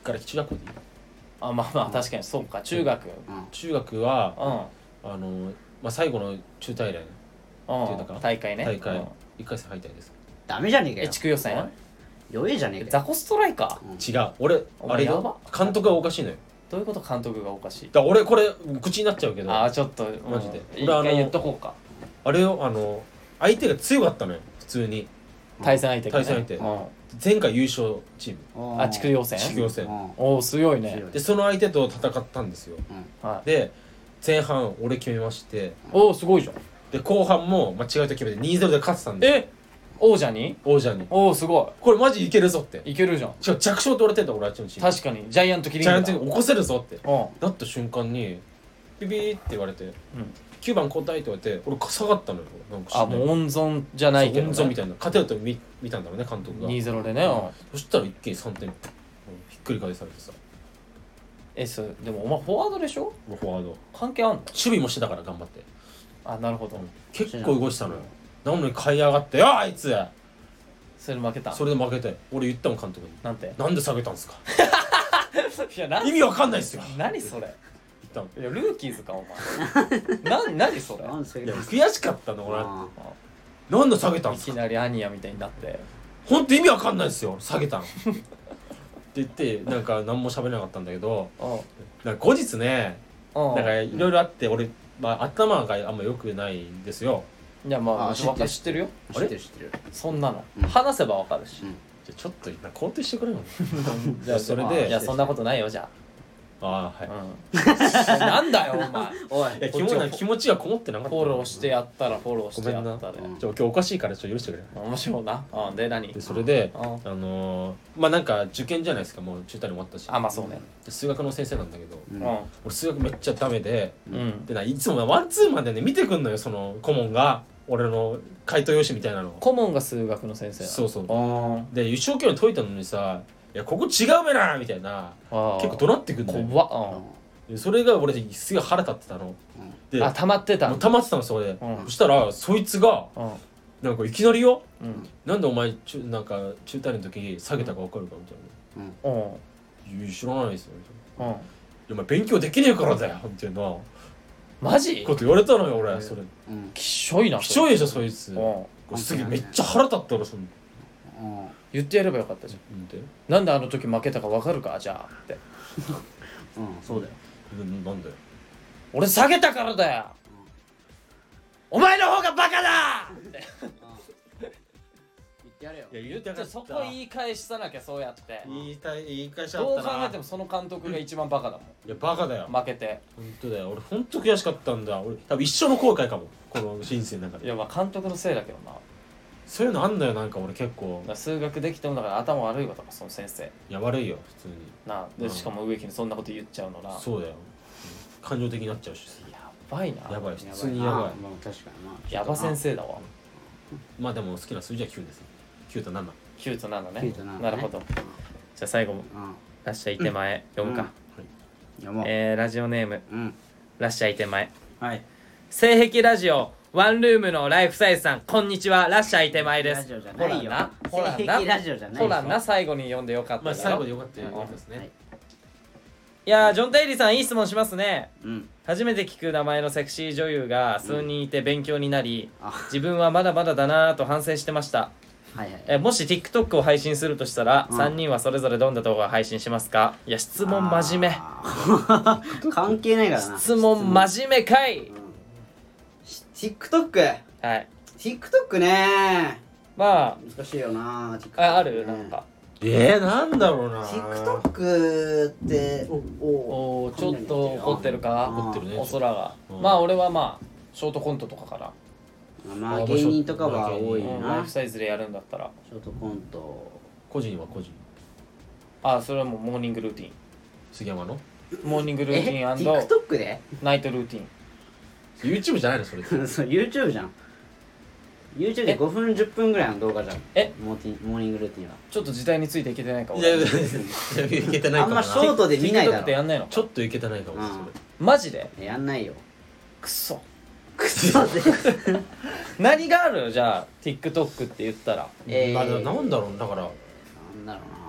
E: から中学校でいい
B: あまあまあ確かにそうか中学
A: うん
E: 中学は
B: うん
E: あの、まあ、最後の中大連っていうのか
B: うん大会ね
E: 大会
B: うん
E: いっかい戦敗退です
A: ダメじゃねえか
B: え
A: よ
B: 地区予選
A: 弱えじゃねえかよ
B: ザコストライカー
E: 違う俺
B: お
E: あれよ
B: 前やば
E: 監督がおかしいのよ
B: どういうこと監督がおかしい
E: だから俺これ口になっちゃうけどあ
B: あーちょっと
E: マジで
B: うん一
E: 俺あの
B: 回言っとこうか
E: れよあの相手が強かったのよ普通に
B: 対戦相手がね
E: 対戦相手
B: うん
E: 前回優勝チーム
B: あ地区予選
E: 地区予選
B: おお強いね
E: でその相手と戦ったんですよ
B: はい
E: で前半俺決めまして
B: おおすごいじゃん
E: で後半も間違えと決めて にたいゼロ で勝ってたんですよ
B: え王者に
E: 王者に
B: おおすご
E: これマジいけるぞって
B: いいけるじゃん
E: しかも弱小って言われてんだ俺あっちのチーム
B: 確かにジャイアントキリン
E: ジャイア
B: グだ
E: ントに起こせるぞって
B: うん
E: なった瞬間にビビーって言われて
B: うん
E: きゅうばん交代って言われて俺下がったのよなんか
B: あもう温存じゃないけどね
E: 温存みたいな勝てると見見たんだろうね監督が
B: にたいゼロでねうん
E: そしたら一気にさんてんひっくり返されてさ
B: えそでもお前フォワードでしょ
E: もうフォワード
B: 関係あんの
E: 守備もしてたから頑張って
B: あなるほど
E: 結構動いてたのよなのに買い上がってよあいつ
B: それで負けた
E: それで負けて俺言ったもん監督に
B: なんて
E: なんで下げたんすか
B: いやな
E: 意味わかんないっすよ
B: 何それ
E: 言ったの
B: いやルーキーズかお前な何それ
A: なんでそれ
E: いや悔しかったの俺
A: あ
E: なんで下げたん
B: い
E: すか
B: きなりアニヤみたいになって
E: ほんと意味わかんないっすよ下げたんって言ってなんか何も喋れなかったんだけど
B: うん
E: なんか後日ね
B: うん
E: なんかいろいろあって俺、まあ、頭があんま良くないんですよ
B: いやまあ
A: あ
B: 知ってる知ってるよ
A: 知ってる知ってる
B: そんなの
A: うん
B: 話せばわかるし
A: うん
E: じゃあちょっと今肯定してくれよ
B: じゃあ
E: それで
B: いやそんなことないよじゃ
E: ああはい、
B: あうんなんだよお前
A: おい
E: いや気持ち気持ちがこもってなかった
B: フォローしてやったらフォローしてやったで
E: ごめんちょ今日おかしいからちょっと許してくれ
B: 面白いなうんで何
E: でそれで
B: うん
E: あのー、まあなんか受験じゃないですかもう中退に終わったし
B: あまあそうね
E: で数学の先生なんだけど
A: うん
B: う
E: 俺数学めっちゃダメで
B: んうん
E: でないつもワンツーまでね見てくんのよその顧問が俺の回答用紙みたいなのを
B: 顧問が数学の先生なの
E: そうそう
B: あ
E: で一生懸命解いたのにさ「いやここ違うべな」みたいな
B: あ
E: 結構怒鳴ってくんだよ
B: 怖っ
E: でそれが俺すげえ腹立ってたので
B: うんあ溜まってた
E: もう溜まってたのそれで、
B: うん
E: そしたらそいつが
B: うん
E: なんかいきなりよ
B: うん
E: なんでお前中なんか中大連の時下げたか分かるかみたいな
B: うん
E: 「いや知らないですよ」みたいな「い
B: うん
E: やお前勉強できねえからだよ」みたいな
B: マジ
E: こと言われたのよ俺それ
A: うん
B: きっしょいな
E: きちょいでしょそいつ
B: うん
E: すげえめっちゃ腹立った俺その
A: うん
B: 言ってやればよかったじゃん
E: 見て
B: なんであの時負けたか分かるかじゃあって
A: うんそうだよ
E: ななんだよ
B: 俺下げたからだよお前の方がバカだって
A: 言ってやれよ
E: いや
B: 言ってそこ言い返しさなきゃそうやって
E: 言いたい言い返しちゃっ
B: どう
E: たな
B: 考えてもその監督が一番バカだもん
E: いやバカだよ
B: 負けて
E: 本当だよ俺本当悔しかったんだ俺多分一生の後悔かもこの人生の中で
B: いやまあ監督のせいだけどなだか
E: そういうのあんだよなんか俺結構
B: ら数学できてもだから頭悪いわとかその先生
E: いや悪いよ普通に
B: な
E: うん
B: でしかも植木にそんなこと言っちゃうのな
E: そうだよ感情的になっちゃうし
B: やばいな
E: やばい普
A: やば
E: 通にやばい
A: まあ確かにな
B: やば先生だわ
E: まあでも好きな数字はきゅうですきゅうとなな
B: きゅうとななね
A: きゅうとななね
B: なるほどじゃあ最後
A: うん
B: ラッシャーいてまえ読むか
A: いやもう
B: えーラジオネーム
A: うん
B: ラッシャーいてまえ
A: はい
B: 性癖ラジオワンルームのライフサイズさんこんにちはラッシャーいてまえです
A: ラジオじゃないよ
B: ほらなほらな
A: 性癖ラジオじゃない
B: ほらな
A: でし
B: 最後に読んでよかった
E: まあ
B: だろ
E: 最後でよかったよかったですね
A: はい
B: いやージョン・テイリーさんいい質問しますね
A: うん
B: 初めて聞く名前のセクシー女優が数人いて勉強になり、
A: あ
B: 自分はまだまだだなぁと反省してました
A: はいはい
B: えもし TikTok を配信するとしたら、
A: うん
B: さんにんはそれぞれどんな動画を配信しますかいや質問真面目
A: あー関係ないからな
B: 質問真面目かい
A: うん TikTok
B: はい
A: TikTok ね
B: ま
A: 難しいよな
B: あああるなんか
E: えー、なんだろうな
A: TikTok ってお
B: おーちょっと怒ってるか
E: 怒ってるね
B: お空が、
E: うん
B: まあ俺はまあショートコントとかかな、
A: まあ芸人とかは多い
B: うん、ライ
A: な
B: フサイズでやるんだったら
A: ショートコント
E: 個人は個人
B: あそれはもうモーニングルーティン
E: 杉山の
B: モーニングルーティ
A: え
B: ン
A: TikTok で
B: ナイトルーティン
E: YouTube じゃないのそれって
A: そう YouTube じゃん YouTube でごふんじゅっぷんぐらいの動画じゃん
B: え
A: モーティモーニングルーティンは
B: ちょっと時代についていけてないか
E: いやい
B: 俺
E: やいやいけてないかもな
A: あんまショートで見ないだ
B: TikTok ってや
A: ろ
B: んないの
E: ちょっといけてないかも
A: うん
E: それ
B: マジで
A: やんないよ
B: くそ
A: くそで
B: 何があるじゃあ TikTok って言ったら
A: えー
E: まあなんだろうだから
A: なんだろうな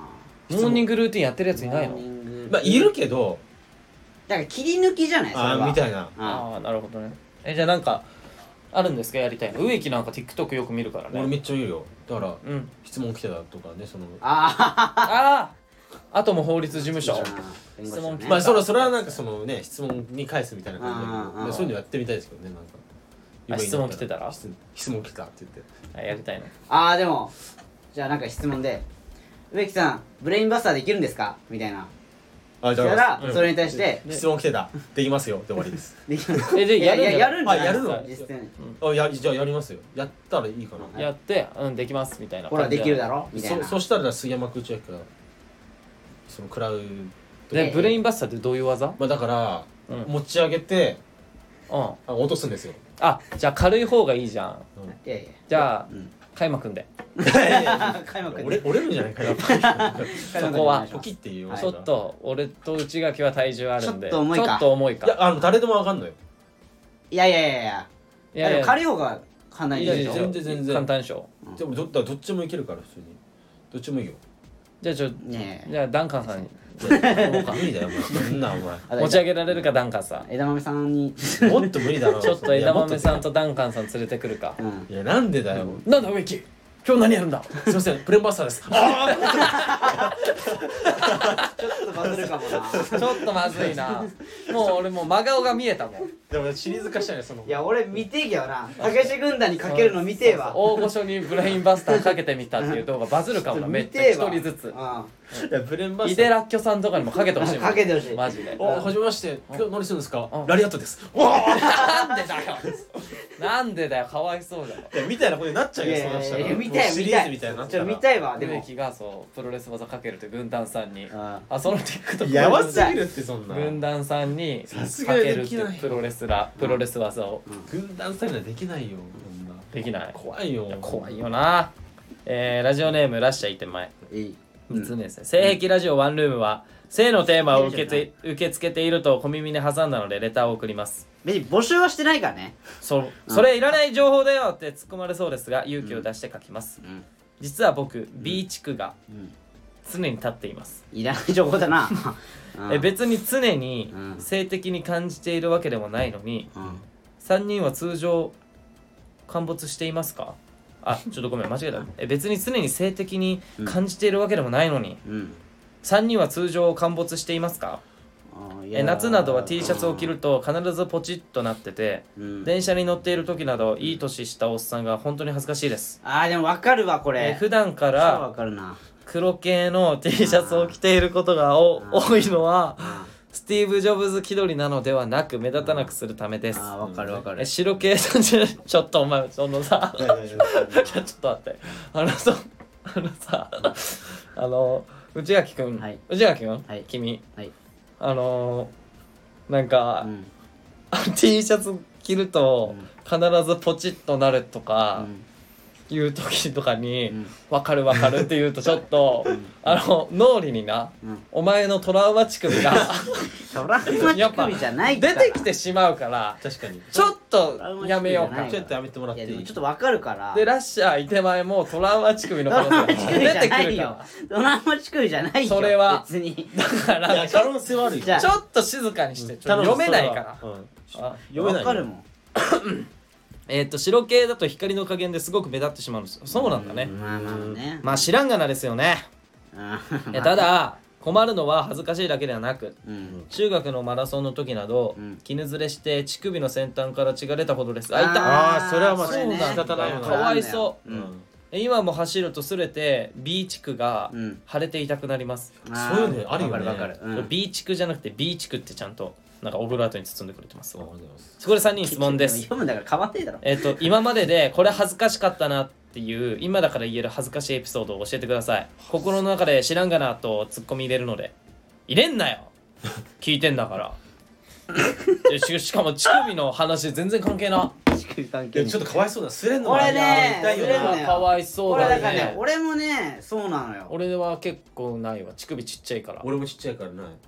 B: モーニングルーティンやってるやついないの？
A: モーニング
E: まあいるけど
A: だから切り抜きじゃないそれは
E: あーみたいな
A: あ
B: ああなるほどね。えじゃあなんかあるんですかやりたいの？植木なんか TikTok よく見るから
E: 俺め
B: ね。
E: っちゃ言うよだから
B: うん。
E: 質問来てたとかねその
A: あ
B: あああとも法律事務所。
A: ー
B: 質問
A: ね
E: まあそれそれはなんかそのね質問に返すみたいな感じだ
A: うんうんうん
E: けどそういうのやってみたいですけどねなんか
B: あ質問来てたら
E: 質質問来たって言って
B: あやりたいの。
A: あーでもじゃあなんか質問で植木さんブレインバスターできるんですかみたいな
E: あ
A: じゃら
E: うん
A: それに対して
E: 質問来てたできますよで終わりです
A: できます
B: えで
A: いやいやや
B: やるんじゃない
A: るんじゃない
E: あやるの
A: 実践
E: あやじゃあやりますよやったらいいかな
B: やってうんできますみたいな。
A: ほらできるだ。ろみたいな
E: そそしたら杉山空中役がそのクラウド
B: でブレインバスターってどういう技？
E: まあだから
B: うん。
E: 持ち上げて
B: うん。
E: あ落とすんですよ
B: あじゃあ軽い方がいいじゃん。
A: いやいや
B: じゃあ
A: うん
B: 開幕んで。
A: 開幕
E: 俺折れるんじゃないかな
B: そこは
E: ポキっていう
A: はい
B: ちょっと俺と内垣は体重あるんで
A: ちょっと重いか
B: ちょっと重い
E: いや
B: か。
E: あの誰でもわかんのよ
A: いやいやいやいや
B: いやいや
A: でも軽い方が簡単に
B: いやいや
A: でしょ
E: 全然全然
B: 簡単でしょ。
E: でもどだからどっちもいけるから普通にどっちもいいよ
B: じゃあちょ
A: ねえ
B: じゃあダンカンさんに
E: 無理だよお前そんなお前
A: あ
B: 持ち上げられるかダンカンさん。
A: 枝豆さんに
E: もっと無理だろ
B: ちょっと枝豆さん
E: と
B: とダンカンさん連れてくるか。
A: うん
E: いやなんでだよ
B: なんだ植木今日何やるんだ。
E: すいませんプレンバスターですあ
A: ちょっとバズるかもな
B: ちょっとまずいな。もう俺もう真顔が見えたもん。
E: でもシリーズ化したいねその
A: いや俺見てえけどなたけし軍団にかけるの見てえわ
B: 大御所にブレインバスターかけてみたっていう動画バズるかもな。めっちゃ一人ずつ。
A: うん
E: いやプレンバ
B: イ
E: スター
B: デラッキョさんとかにもかけてほしいもん。
A: かけてほしい
B: マジで。
E: おはじめまして今日何するんですか
B: うん
E: ラリアットです
B: なんでだよ。なんでだよかわいそうだよ。
E: いやみたいなことになっちゃう
A: い
E: よ
A: やいやいや
E: そうしたら
A: 見たい見たい
E: シリーズみたいになっ
A: ちょっと
E: たら
A: 見たいわでも
B: 植木がそうプロレス技かけるって軍団さんに。
A: あ
B: あその TikTok
E: やばすぎるってそんな
B: 軍団さんに
E: さすがに
B: かけるって
E: できない
B: いうプロレスラプロレス技を
E: 軍団スタイルはできないよそんな
B: できない。
E: 怖いよ
B: いや怖いよな。えー、ラジオネームラッシャーいてまえ
A: いい
B: みっつめですね、性癖ラジオワンルームは性のテーマを受けて受け付けていると小耳に挟んだのでレターを送ります。
A: 別に募集はしてないからね
B: そそれいらない情報だよって突っ込まれそうですが勇気を出して書きます。
A: うん
B: 実は僕 B 地区が
A: うん
B: 常に立っています。
A: いらない情報だなうん
B: え別に常に
A: うん
B: 性的に感じているわけでもないのに
A: うん
B: さんにんは通常陥没していますか？あちょっとごめん間違えた。え別に常に性的に感じているわけでもないのに
A: うん
B: さんにんは通常陥没していますか？え
A: あいや
B: 夏などは T シャツを着ると必ずポチッとなってて
A: うん
B: 電車に乗っている時などいい年したおっさんが本当に恥ずかしいです。
A: あーでも分かるわこ
B: え
A: れ
B: 普段か
A: 超
B: ら
A: 分かるな
B: 黒系の T シャツを着ていることがお
A: あ
B: 多いのは
A: あ
B: スティーブ・ジョブズ気取りなのではなく目立たなくするためです。
A: あー分かる分かる
B: え白系さんじゃちょっとお前そのさ
E: いやいやいや
B: いやちょっと待ってあのさあのさあの内垣くん、
A: はい
B: 内垣くん、
A: はい
B: 君
A: はい
B: あのなんか、
A: うん
B: あ T シャツ着ると
A: うん
B: 必ずポチッとなると
A: う
B: か
A: ん
B: いう時とかに
A: うん
B: 「分かる分かる」って言うとちょっとあの脳裏にな
A: うん
B: お前のトラウマ乳首が
A: トラウマ乳首じゃない
B: 出てき
A: て
B: てしまうから
E: 確かに
B: ちょっとやめようか
A: トラウマ乳首じゃない
E: ちょっとやめてもらっ
A: いや
E: ていい
A: でもちょっと分かるから
B: でラッシャーいて前もトラウマ乳首の可
A: トラウマ
B: 能性が
A: 乳首じゃ
B: 出てくるか
A: ないよトラウマ乳首じゃないよ
B: それは
A: 別に
B: らだから
E: いや可能性はあるよ
A: じゃあ
B: ちょっと静かにしてちょっと
E: 頼む
B: 読めないから
E: それはうん
B: あ
E: 読めないよ
A: 分かるもん
B: えーっと白系だと光の加減ですごく目立ってしまうんです。そうなんだね。
A: まあまあね
B: まあ知らんがなですよね。
A: うん
B: いやただ困るのは恥ずかしいだけではなく
A: うん
B: 中学のマラソンの時など、
A: うん
B: 絹ずれして乳首の先端から血が出たほどです。あいた
E: あーそれはまあ
A: それね
E: 仕方ないよな
B: かわいそう
A: うん
B: え今も走るとすれて B 地区が
A: うん
B: 腫れて痛くなります、
A: あー
E: そういうのあるよね
A: 分かる分かるうん
B: B 地区じゃなくて B 地区ってちゃんとなんかオブラートに包んでくれてます
E: ありがとうございます
B: そこでさんにん質問です。
A: 読むんだから変わんねえだろ
B: えっ、と今まででこれ恥ずかしかったなっていう今だから言える恥ずかしいエピソードを教えてください。心の中で知らんがなとツッコミ入れるので入れんなよ聞いてんだからでししかも乳首の話全然関係な
A: 乳首関
E: い
A: 係
E: やちょっとかわいそうだすれんのは
A: 俺ね
E: 痛いよな
A: すれんのよ
B: かわいそう
A: 俺
B: だ
A: だからね
B: ね
A: 俺もねそうなのよ
B: 俺は結構ないわ乳首ちっちゃいから
E: 俺もちっちゃいからない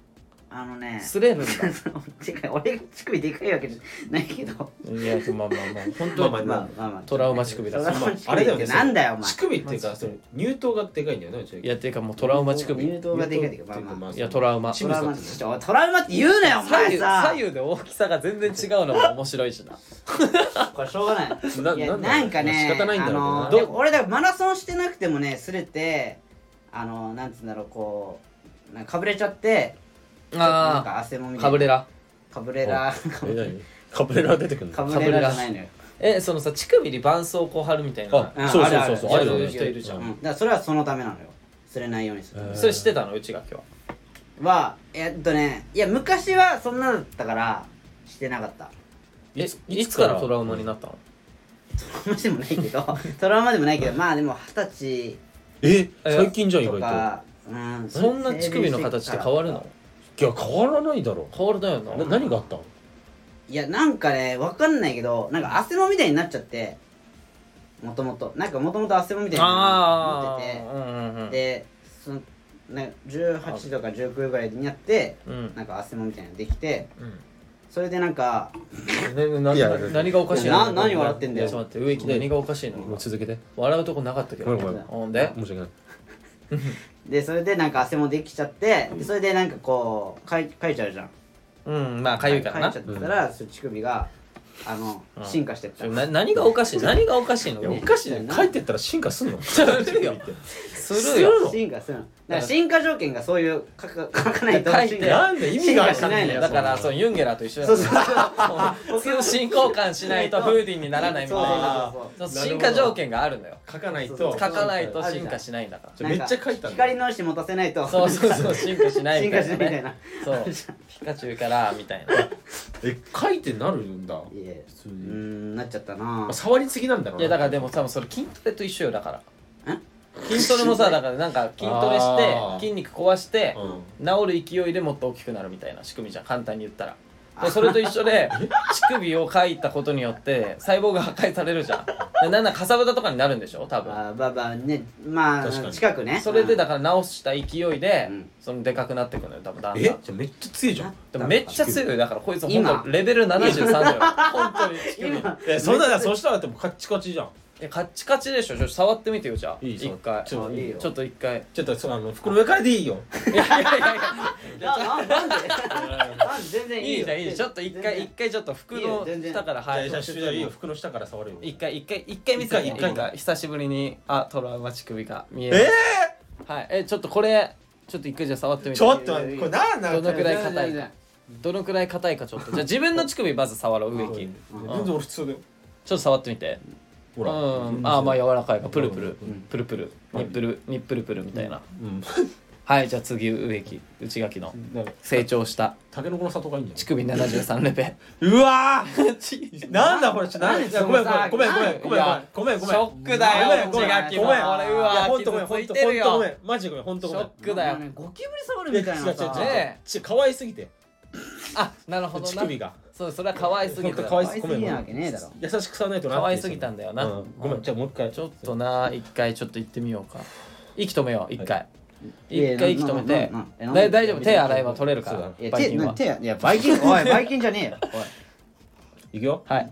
A: あのね
B: 擦れるんだ
A: 違う俺が乳首でかいわけじゃないけど
B: いやまあまあまあ本当に
E: まあまあ
A: まあまあまあ
B: トラウマ乳首だ
A: トラウマ乳
E: あれだよね
A: 首ってなんだよお前
E: 乳首っていうかその乳頭がでかいんだよねうち
B: いやっていうかもうトラウマ乳首
A: 乳頭がでかいっていうかまあまあ
B: いやトラウマ
E: チ
A: トラウマ
E: ムスだってね
A: ちょトラウマって言うなよお
B: 左右
A: 前さ
B: 左右で大きさが全然違うのも面白いしな
A: これしょうがないいや
E: ななんだろう
A: なんかね
E: 仕方ないんだろうけどな
A: あのでも俺だからマラソンしてなくてもね擦れてあのなんつうんだろうこうなんかかぶれちゃってちょっとなんか
B: あ
A: 汗もみ
B: あカブレラ
A: かぶれら
E: え何カブレラ出てくるの
A: かぶれらじゃないのよ
B: えそのさ乳首に絆創膏貼るみたいな
E: あ
A: うん
E: そうそうそうそう
B: あるある
E: あるよね
B: 人いるじゃん
A: うんだからそれはそのためなのよ擦れないようにする
E: へー
B: それ知ってたの内垣は
A: はえっとねいや昔はそんなだったからしてなかった
B: え
E: いつ
B: いつからトラウマになったの
A: トラウマでもないけどトラウマでもないけどまあでも二十歳
E: え最近じゃん意
A: と
E: 外と
A: かうん
B: そんな乳首の形って変わるの
E: いや変わらないだろ
B: 変わるだよな
E: な何があったの
A: いやなんかねわかんないけどなんか汗もみたいになっちゃってもともとなんかもともと汗もみたいにな
B: あ
A: ってて
B: あうんうんうん
A: でそのねじゅうはちとかじゅうきゅうぐらいになって
B: うん
A: なんか汗もみたいなのできて
B: うん
A: それでなんか
B: ねない
E: や
B: な何がおかしいの
A: な何笑ってんだよ
B: ちょっと待って植木何がおかしいの
E: もう続けて
B: 笑うとこなかったけど
E: ごめんごめん
B: ほんで
E: 申し訳ない
A: でそれでなんか汗もできちゃってでそれでなんかこうかいかいちゃうじゃん
B: うんまあかゆいからな
A: かいちゃったらそれ乳首があの
B: うん
A: 進化してった
B: ちょな何がおかしい何がおかしいの
E: いやおかしいね帰ってったら進化すんの
B: するよするよ
A: 進化するのだから進化条件がそういう書か書かないと
B: 書いて
A: 進化
E: なんで意味がわかんない
A: 進化しないのよ
B: だからそうユンゲラと一緒だ
A: そうそう
B: 通信交換しないとフーディーにならないみたいな
A: そう
B: そう進化条件があるんだよ
E: 書かないと
A: そう
B: 書かないと進化しないんだから
E: めっちゃ書いたんだ
A: 光の石持たせないと
B: そうそうそう進化しないみたいな、ね、
A: 進化しないみたいな
B: そうピカチュウからみたいな
E: え書いてなるんだ
A: いえうー
E: 普通に
A: んなっちゃったな
E: まあ触りすぎなんだろうな
B: いやだからでも多分それ筋トレと一緒よだから
A: ん
B: 筋トレもさだからなんか筋トレして
E: あー
B: 筋肉壊して
E: うん
B: 治る勢いでもっと大きくなるみたいな仕組みじゃん簡単に言ったらでそれと一緒で乳首をかいたことによって細胞が破壊されるじゃんでなんならかさぶたとかになるんでしょ多分
A: あーまあまあねまあ
E: 確かに
A: 近くね
B: それでだから治した勢いで、
A: うん
B: そのでかくなってくのよ多分だんだん
E: えじゃあめっちゃ強いじゃん
B: でもめっちゃ強いよだからこいつほん
A: 今
B: とレベルななじゅうさんだよ本当に乳首
A: 今
E: えそんならそしたらだってもうカッチカチじゃん
B: えカッチカチでしょちょっと触ってみてよじゃあ
E: いい
B: 一回
E: ちょっと
A: いいよ
B: ちょっと一回
E: ちょっとそのあの服の上からでいいよ
B: いやいやいやいや
A: なななんでなんで全然いいよ
B: いいじゃんいいじゃんちょっと一回一回ちょっと服
A: いいよ
B: の
A: 全然
B: 下から
E: じゃあ
B: 入る
E: じゃあじゃあいいよ服の下から触るよ
B: 一回一回一回見せて
E: 一回
B: 一回久しぶりにあトラウマ乳首が見える
E: え
B: はいえちょっとこれちょっと一回じゃあ触ってみて
E: ちょっと待ってこれなんなん
B: どのくらい硬い
A: 全然
B: かどのくらい硬いかちょっとじゃあ自分の乳首まず触ろう植木
E: 全然俺普通だよ
B: ちょっと触ってみて
E: ほら
B: うんあーまあ柔らかいかプルプル
E: うん
B: プルプルニップルニップルプルみたいな
E: うん
B: はいじゃあ次植木内垣の
E: だから
B: 成長した
E: タケノコの里がいいんじゃ
B: 乳首ななじゅうさんレベ
E: んうわーなんだこれちょっと
A: なんで
E: いやごめん
A: そのさ
E: ごめんごめんごめん
B: いや
E: ごめんごめんごめん
B: ショックだよ
E: ごめんごめん
B: 内垣も
E: ごめん
B: 俺う
E: いや
B: わ
E: ほんとごめんほんと
B: 傷ついてるよ
E: ほんとごめんマジでごめんほんとごめん
B: ショックだよ
A: なんかねゴキブリ触る
E: いや
A: みたいなさ
E: 違う違う違う
B: ね
E: 違う可愛すぎて
B: あなるほどな
E: 乳首が
B: そうそれは可愛すぎた
E: ほんと可愛
A: 可愛すぎなわけねえだろ
E: 優しく触らないとな
B: 可愛すぎたんだよな
E: うんごめんじゃあもう一回
B: ちょっとな一回ちょっと行ってみようか息止めよう一回
A: いや
B: 一回息止めて
A: なななな
B: だ大丈夫手洗えば取れるか
E: そう
B: ら
A: いや
B: バイキンは
A: 手な手いやバイキンおいバイキンじゃねえよおい
E: いくよ
B: はい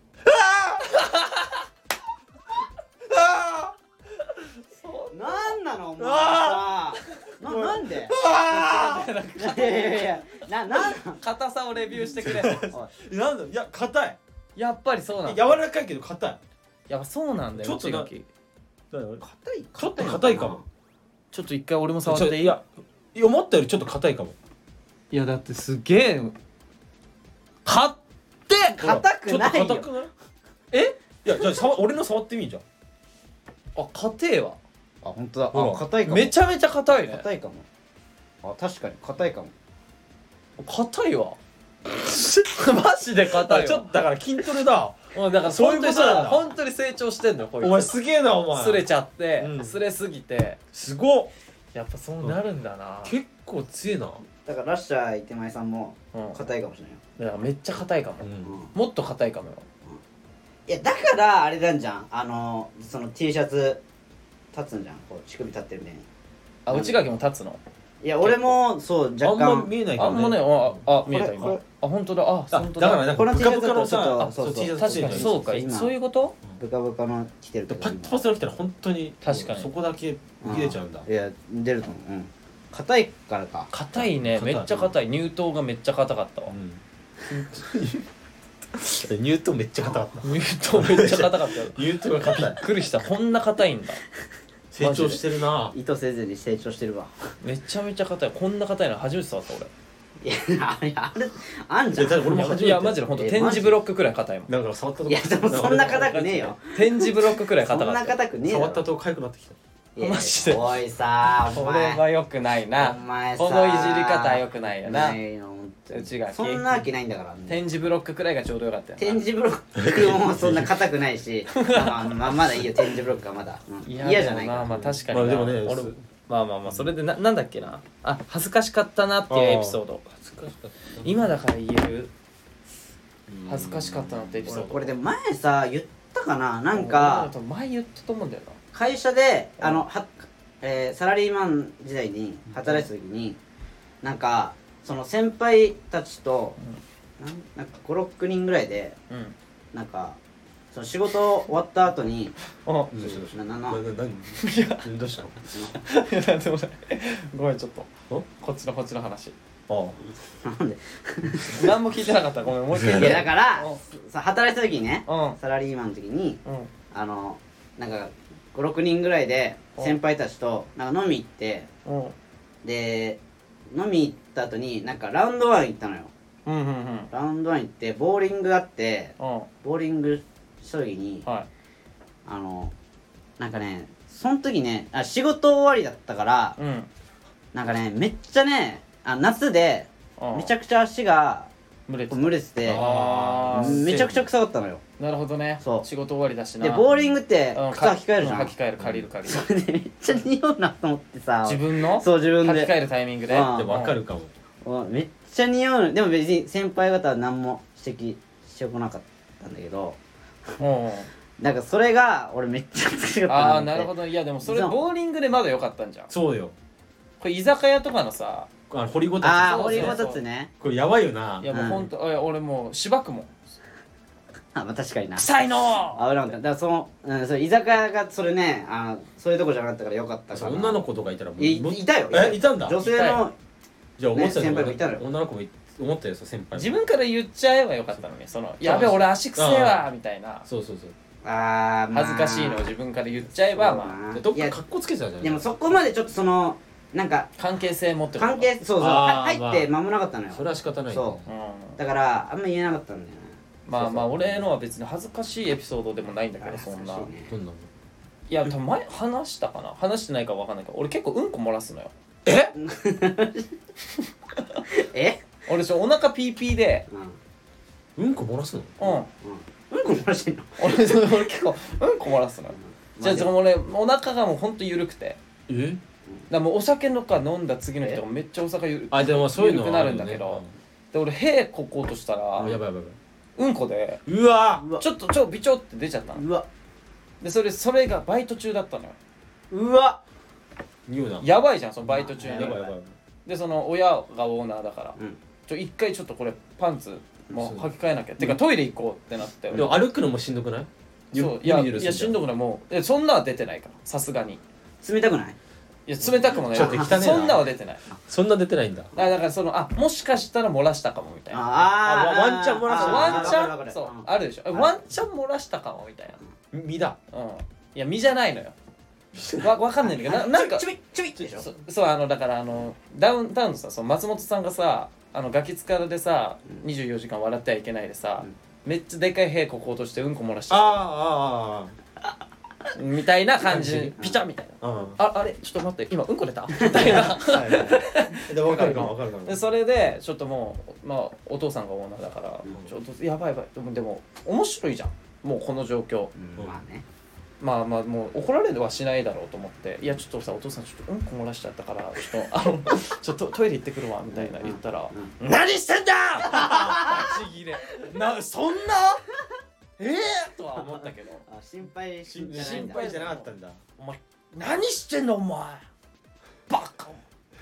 A: なんなのお前さななんでいやいやいやななんなの
B: 硬さをレビューしてくれ
A: おい
E: なんだいや硬い
B: やっぱりそうなんだ
E: 柔らかいけど硬い
B: やっぱそうなんだよ
E: ちょっとな
B: 内垣
E: だから
A: 硬い
E: ちょっと硬いかも
B: ちょっと一回俺も触っていい
E: ちょいや思ったよりちょっと硬いかも
B: いやだってすげえ買って
A: 硬くないよ
E: ちょっと硬くないえいやじゃあ触俺の触ってみんじゃん
B: あ硬えわ
A: あ本当だ
E: ほら
A: あ硬いかも
B: めちゃめちゃ硬いね
A: 硬いかもあ確かに硬いかも
B: 硬いわマジで硬いわ
E: ちょっとだから筋トレだ
B: うんだから
E: そういうことなんだ
B: 本当に成長してんのよこいつ
E: お前すげえなお前
B: 擦れちゃって、
E: うん
B: 擦れすぎて
E: すごっ
B: やっぱそうなるんだな、
E: 結構強えな
A: だからラッシャー伊手前さんも
B: うん、
A: 硬いかもしれないよ
B: だからめっちゃ硬いかも、
E: うん
B: もっと硬いかもよ
A: いやだからあれなんじゃんあのその T シャツ立つんじゃんこう乳首立ってるね
B: あ内垣も立つの
A: いや俺もそう若
E: あんま
A: 干
E: 見えないけど
B: あんまねああ見えた今
A: これこれ
B: あ本当だあ
E: あ
B: 本当だ
E: だからなんか
A: この
E: ブカブカの
A: T シャツだとちょっ
E: さ
A: とそうそう
E: T シャツ
B: 確かにそうか
A: 今
B: そういうこと
A: ブカブカの着てるけど
E: パッパツが来たら本当に
B: 確かに
E: そこだけ切れちゃうんだ
A: いや出ると思ううん硬いからか
B: 硬いね
E: 硬い
B: めっちゃ硬い乳頭がめっちゃ硬かったわ
E: うん乳頭めっちゃ硬かった
B: 乳頭めっちゃ硬かったよ
E: 乳頭が硬い
B: びっくりしたこんな硬いんだ
E: 成長してるな
A: 意図せずに成長してるわ
B: めちゃめちゃ硬いこんな硬いの初めて触った俺
A: いやあれあれあんじゃん
E: いや俺も初めて
B: いやマジで本当
A: え
B: 点字ブロックくらい硬いもん
E: なんか触ったとこ
A: いやでもそんな硬くねえよ
B: 点字ブロックくらい
A: そんな
B: 硬かった
A: 硬くねえだろ
E: 触ったとこ痒くなってきた
A: いや
B: マジで
A: おいさお
B: これ
A: 前
B: は良くないな
A: お前さ
B: このいじり方は良くないよな
A: ないの本当に
B: うちが
A: そんなわけないんだから
B: 点字ブロックくらいがちょうどよかったよな
A: 点字ブロックもそんな硬くないしまあまあまだいいよ点字ブロックはまだうん
B: いや
A: 嫌じゃないから
B: でもまあ確かにな
E: まあでもね
B: 俺まあまあまあそれでななんだっけなあ恥ずかしかったなっていうエピソード
E: 恥ずかしかった
B: 今だから言える恥ずかしかったなってエピソード
A: これで前さ言ったかななんか
B: 俺前言ったと思うんだよな
A: 会社であのは、えーサラリーマン時代に働いてた時になんかその先輩たちとなんなんかごろくにんぐらいで
B: うん
A: なんかその仕事終わった後に
B: あ
E: どうしたどうした
A: ななな
E: なな何どうしたの
B: いやなんでもないごめんちょっと
E: お
B: こっちのこっちの話
E: あ
A: なんで
B: 何も聞いてなかったごめんもう一回
A: いやだから
B: うん
A: さ働いてた時にね
B: うん
A: サラリーマンの時に
B: うん
A: あのなんかごろくにんぐらいで先輩たちとなんか飲み行って
B: うん
A: で飲み行った後になんかラウンドワン行ったのよ
B: うんうんうん
A: ラウンドワン行ってボーリングあって
B: うん
A: ボーリングした時に
B: はい
A: あのなんかねその時ねあ仕事終わりだったから
B: うん
A: なんかねめっちゃねあ夏で
B: うん
A: めちゃくちゃ足が
B: 蒸れて
A: 蒸れてて
B: あー
A: めちゃくちゃ臭かったのよ
B: なるほどね
A: そう
B: 仕事終わりだしな
A: でボーリングって
B: うん
A: 靴履き替えるじゃ
B: うん
A: ん
B: 履き替える借りる借りる
A: それでめっちゃ匂うなと思ってさ
B: 自分の
A: そう自分で
B: 履き替えるタイミングで
A: うん
E: でも分かるかも
A: うんめっちゃ匂うのでも別に先輩方は何も指摘してこなかったんだけど
B: うんうん
A: なんかそれが俺めっちゃ恥ずかしかった
B: ああ
A: と思って
B: なるほどいやでもそれ
A: そう
B: ボーリングでまだ良かったんじゃん
E: そうよ
B: これ居酒屋とかのさ
E: あの掘りごたつ
B: そう
A: ああ掘りごたつね
E: これやばいよない
B: やもうほんといや俺もうしばくもん
A: あまあ確かにな
B: 臭いの
A: あ危なかっただからその、うん、それ居酒屋がそれねあそういうとこじゃなかったからよかったかな
E: 女の子とかいたらもう
A: い
E: も
A: いたよ
E: えいたんだ
A: 女性の
E: じゃあ思ってた
A: ね先輩がいたのよ
E: 女の子もい思ったよさ先輩も
B: 自分から言っちゃえばよかったのにそのやべえ俺足くせえわみたいな
E: そうそうそう
A: あー、まあ、
B: 恥ずかしいのを自分から言っちゃえばまあ
E: でどっ
A: いや
E: か格好つけてたじゃん
A: でもそこまでちょっとそのなんか
B: 関係性持ってるの
A: 関係そうそう
E: あー
A: は入って間もなかったのよ
E: それは仕方ないね
A: そ
B: うん
A: だからあんま言えなかったんだよね
B: まあまあ
A: そうそう
B: 俺のは別に恥ずかしいエピソードでもないんだけどそんな
A: 恥ずかしいね
E: どんなの
B: いや多分前話したかな話してないか分かんないけど俺結構うんこ漏らすのよ
E: え
A: え
B: 俺ちょお腹ピーピーで
A: うん
E: うんこ漏らすの
B: うん
A: うんうんこ漏らしてんの
B: 俺それ俺結構うんこ漏らすのよじゃあじゃあ俺お腹がもうほんと緩くて
E: え
B: だからもうお酒とか飲んだ次の日とかめっちゃお腹ゆる
E: あでもそういうの
B: 緩くなるんだけどで俺屁ここうとしたら
E: あやばいやばいやばい
B: うんこで
E: うわ
A: うわ
B: ちょっとちょビチョって出ちゃったの
A: うわ
B: でそれそれがバイト中だったのよ
A: うわ
E: 匂うな
B: やばいじゃんそのバイト中に
E: やばいやばい
B: でその親がオーナーだから
A: うん
B: ちょ一回ちょっとこれパンツも
E: そう
B: う履き替えなきゃてかトイレ行こうってなって
E: でも歩くのもしんどくない
B: そういや
E: ゆるゆる
B: いやしんどくないもうえそんなは出てないからさすがに
A: 冷たくない
B: いや冷たくもない
E: ちょっと汚ねえな
B: そんなは出てない
E: そんな出てないんだ
B: あだからそのあもしかしたら漏らしたかもみたいな
A: あー
E: あワンチャン漏らした
B: あワンチ
A: わかるわかる
B: ャンそう
A: うん
B: あるでしょえワンチャン漏らしたかもみたい
E: 身だ
B: なうんいや身じゃないのよわわかんないんだけどななんか
A: ちょびちょびでしょ
B: そそうあのだからあのダウンタウンのさその松本さんがさあのガキ使でさ
A: うん
B: にじゅうよじかん笑ってはいけないでさ、
A: うん
B: めっちゃでかい屁ここうとしてうんこ漏らして
E: あ
B: みたいな感じ
E: 感じ
B: ピチャみたいな
E: あああ
B: ああれちょっと待って今うんこ出たみたいな
E: はいはいで分かるかも分かるかも
B: でそれでちょっともうまあお父さんがオーナーだから、
A: うん
B: ちょっとやばいやばいでもでも面白いじゃんもうこの状況
A: うんまあね
B: まあまあもう怒られはしないだろうと思っていやちょっとさお父さんちょっとうんこ漏らしちゃったからちょっとあのちょっとトイレ行ってくるわみたいな言ったら
A: う
B: 何してんだバチギレなそんなええー、とは思ったけど
A: あ心配し
E: 心
A: じゃないんだ
E: 配じゃなかったんだ
B: お前何してんのお前バカ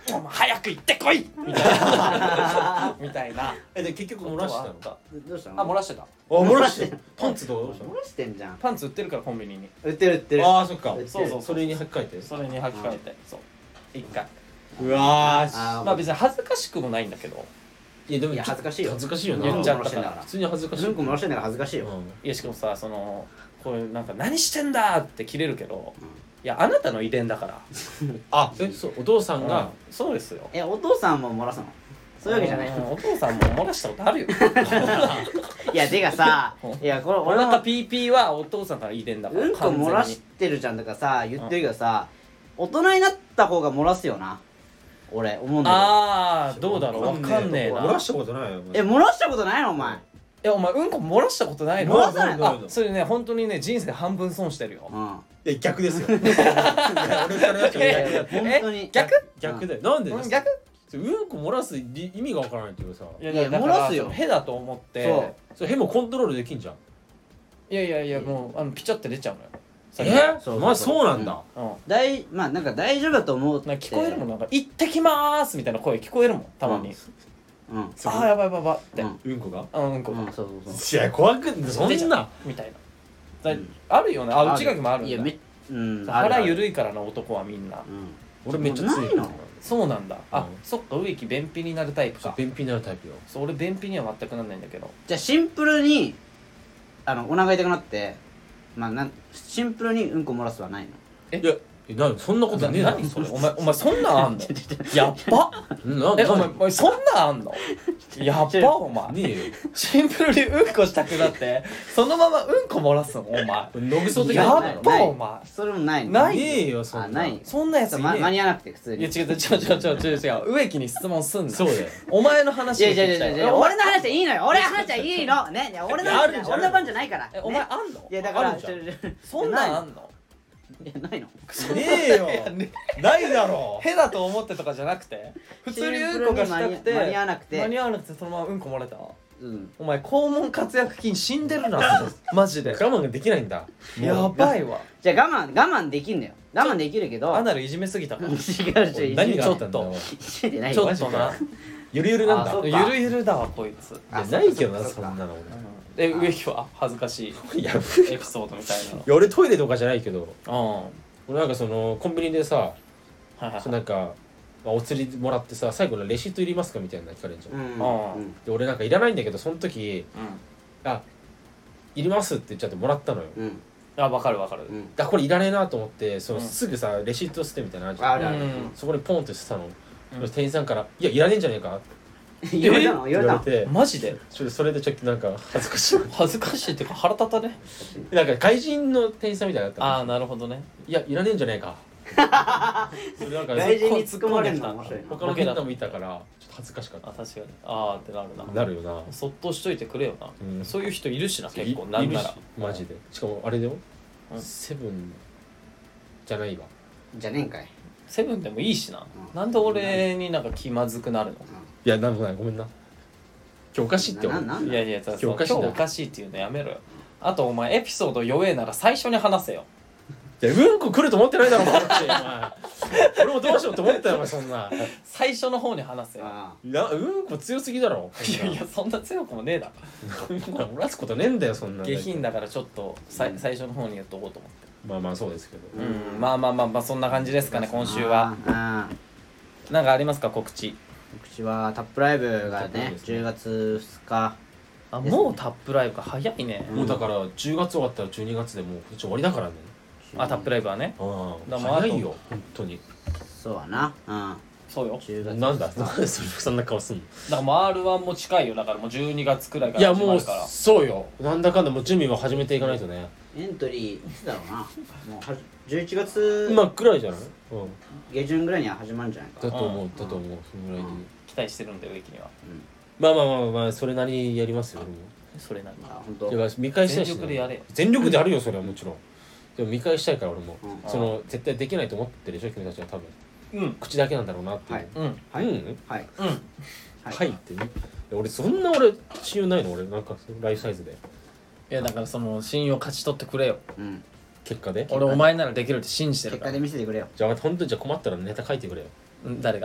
B: お前早く行ってこいみたいなみたいな
E: えで結局漏らしたの？
B: あ
A: どうしたの？
B: 漏らしてた
E: あ漏らしてパンツどうしたの？
A: 漏らしてんじゃん。
B: パンツ売ってるからコンビニに
A: 売ってる売ってる。
E: ああそっか
A: 売ってる
B: そうそう
E: それに履き替えて
B: それに履き替えてそう一回
E: うわー
A: あー
B: まあ別に恥ずかしくもないんだけど
E: いやでも
A: いや恥ずかしいよ
E: 恥ずかしいよな
B: 言っちゃったから
E: 普通に恥ずかしい
A: うんこ漏らしてんだから恥ずかしいよ。
E: う
B: いやしかもさそのこういうなんか何してんだって切れるけどいやあなたの遺伝だから
E: んあえそうお父さんが
B: うんそうですよ
A: え、お父さんも漏らすの？そういうわけじゃない。
B: うんお父さんも漏らしたことあるよ
A: いや、てかさ、いや、これ
B: お
A: 俺も
B: 腹ピーピーはお父さんから遺伝だから
A: うんこ漏らしてるじゃんとかさ、言ってるけどさ、大人になった方が漏らすよな。俺、思うんだ
B: ああどうだろうわかんねえな
E: 漏らしたことないよ
A: けど。え、漏らしたことないのお前。
B: えお前うんこ漏らしたことないの
A: 漏らさない
E: の
B: あそれね本当にね人生半分損してるよ
A: うん。
E: いや逆ですよいや俺からやっちゃ
B: いやいや
E: 逆
A: 本当に。
B: 逆
E: 逆だよなんで
B: うん逆
E: うんこ漏らす理意味がわからないっていうかさ
B: いや
A: いや
B: だから
A: 漏らすよ
B: そのへだと思って
A: そう
E: それへもコントロールできんじゃん
B: いやいやいやもうあのピチャって出ちゃうのよ
E: え
A: そうそうそう
E: まあそうなんだ
B: うん
A: 大、まあなんか大丈夫だと思うって。
B: なんか聞こえるもんなんか「行ってきまーす」みたいな声聞こえるもんたまに、
A: うん。
B: ああやばいやばいやばいって、
A: うん
E: うんこが
B: あうんこが、
A: うん、そうそうそう。
E: いや怖くそ
B: 出ちゃうん
E: な
B: みたいな、だ
A: うん
B: あるよねあ内垣もあるんだ
A: いや、めうん。
B: 腹緩
A: い。
B: いからな男はみんな
A: うん。
E: 俺めっちゃ強い
A: ないの
B: そうなんだあ、
E: うん
B: そっか植木便秘になるタイプか
E: そう便秘になるタイプよ
B: そう俺便秘には全くなんないんだけど
A: じゃあシンプルに、あの、お腹痛くなって、まあなん、シンプルにうんこ漏らすはないの。
B: え
E: いやえなそんなこと
B: な
E: ねえだろ
B: 何それお前お前そんなんあんのやっば
E: なな
B: えお前お前そんなんあんのやっばお前
E: ねえよ
B: シンプルにうんこしたくなってそのままうんこ漏らすのお前
E: 野ぐそ的
B: や
E: な
B: っばお前
A: それもないの。
B: ない
E: ねえよそん
A: あ、ない。
B: そんなやついねえ
A: ま間に合わなくて普通に。
B: いや違う違う違う違う違う違う違う植木に質問すんな
E: そうだよ
B: お前の話を
A: いやいやい
B: 聞きたい
A: やいや、俺の話はいいのよ。俺の話はいいの。ね、いや俺の話
E: いやあるじゃん
A: 俺の番じゃないから。
B: えお前
A: ね
B: あんの
A: いやだから
E: あるじゃん
A: ちょちょ
B: そんなんあんの
A: いやないの。
E: ねえよないだろ
B: へだと思ってとかじゃなくて普通にうんこがしたくて
A: 間に合わなくて
B: 間に合わなくてそのままうんこ漏れた
A: うん。
B: お前肛門活躍筋死んでるなマジで
E: 我慢ができないんだ
B: やばいわ
A: じゃあ我慢我慢できんのよ。我慢できるけど。
B: アナルいじめすぎたから
A: 違う違う。
E: 何が
B: ちょっと
E: あったんだよ
A: いじめてない
B: ちょ
A: よ。
B: っとな
E: ゆるゆるなんだ
A: あそうか
B: ゆるゆるだわこいつ
E: い
A: あ
E: やないけどな
A: そっかそっか
E: そんなの
B: え植木は恥ずかしい
E: 俺いや
B: エピソードみたいなの
E: いや俺トイレとかじゃないけど
B: うん
E: 俺なんかそのコンビニでさ
B: はいはい
E: そのなんか、まあ、お釣りもらってさ最後のレシートいりますかみたいなの聞かれるじゃん、
A: うん。
B: あ
A: うん
E: で俺なんかいらないんだけどその時
B: うん
E: あいりますって言っちゃってもらったのよ
A: うん。
B: あ分かる分かる
A: うん。
E: あこれいらねえなと思ってその、
B: うん
E: すぐさレシート捨てみたいなのあるじゃん
A: あるある。
B: うん
E: そこにポンって捨てたの、
B: うん
E: そして店員さんから「いやいらねえんじゃねえか?」って
A: 言われたの言
E: 言
A: われたの
E: われて
B: マジで
E: ちょっとそれでちょっとなんか恥ずかしい
B: 恥ずかしいっていうか腹立たね
E: なんか外人の店員さんみたいだったの
B: ああなるほどね
E: いやいらねえんじゃねえかそれなんか
A: 外人に突っ込まれるの面白いな。
E: 他の変なもいたからちょっと恥ずかしかっ
B: あ確かにああってなるな
E: たなるよな
B: そっとしといてくれよな、
E: うん
B: そういう人いるしな結構
E: い
B: なんなら
E: いるしマジでしかもあれだよ
B: うん
E: セブンじゃないわ
A: じゃねえんかい。
B: セブンでもいいしな、
A: うん
B: なんで俺になんか気まずくなるの、
E: いやなんもないごめんな今日おかしいって
A: な
E: 思う
A: ななんだ
B: いやいや今日
E: 今日おかしいな
B: 今日おかしいっていうのやめろよあとお前エピソード弱えなら最初に話せよ
E: いやうんこ来ると思ってないだろお前ってお前俺もどうしようと思ったよお前そんな
B: 最初の方に話せよ
A: あ
E: いやうんこ強すぎだろ
B: いやいやそんな強くもねえだろ
E: 漏らすことねえんだよそんな
B: 下品だからちょっとさい最初の方に言っとこうと思って
E: まあまあそうですけど
B: うんまあまあまあまあそんな感じですかね今週は
A: ああ
B: なんかありますか告知
A: 口はタップライブが
E: タップライブ
A: ね
E: ですね
A: じゅうがつふつか
B: あもうタップライブが早いね、
E: もうだからじゅうがつ終わったらじゅうにがつでもう今年終わりだからね
B: あタップライブはね
E: ああ
B: だからもうあと
E: 早いよ本当に
A: そうやなうん
B: そうよ
A: じゅうがつ
E: なんだなんでそれそんな顔すんの
B: だからもう アールワン も近いよだからもうじゅうにがつくらいか
E: いやもう
B: ら始まるから
E: そうよなんだかんだもう準備も始めていかないとね
A: エントリーいつだろうなもうはじじゅういちがつ
E: まあくらいじゃないうん
A: 下旬ぐらいには始まるんじゃないか
E: だと思
B: う
E: うんだと思うそのぐらいに
B: 期待してるんで植木には
E: まあまあまあまあそれなりにやりますよ俺も
B: それなり
A: あ本当
E: いや見返したいしね
B: 全力でやれ
E: 全力でやるよそれはもちろんでも見返したいから俺も
A: うん
E: その絶対できないと思ってるでしょ君たちは多分
B: うん
E: 口だけなんだろうなっていう
A: はい
B: うん
A: はい
E: うん
A: はい
B: うん
A: は
E: はいってね俺そんな俺信用ないの俺なんかライフサイズで
B: いやだからその信用勝ち取ってくれよ
A: うん
E: 結果で
B: 俺お前ならできるって信じてるから
A: 結果で見せてくれよ
E: じゃあ本当にじゃあ困ったらネタ書いてくれよ
B: うん誰が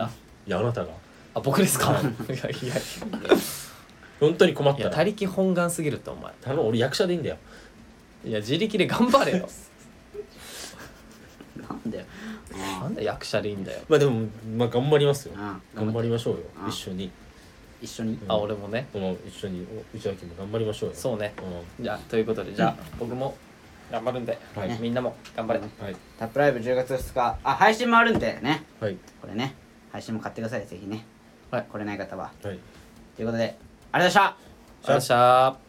C: いやあなたが
B: あ僕ですか、
C: はい
B: い、やいや
C: 本当に困っ
B: いや
C: たら
B: 他力本願すぎるってお前
C: 頼む俺役者でいいんだよ
B: いや自力で頑張れよ
A: なんだよ
B: なんで役者でいいんだよ
C: まあでもまあ頑張りますよ
A: あ
C: 頑張りましょうよ
A: あ
C: 一緒に
A: 一緒に
B: あ俺もね
C: この一緒にお内垣も頑張りましょうよ
B: そうね
C: う
B: じゃあということでじゃあ僕も頑張るんで、
C: はい
B: みんなも頑張れ、
C: んはい
A: タップライブじゅうがつふつかあ配信もあるんでね
C: はい
A: これね配信も買ってくださいぜひね
B: はい
A: 来れない方は
C: はい
A: ということでありがとうございました
B: よっしゃー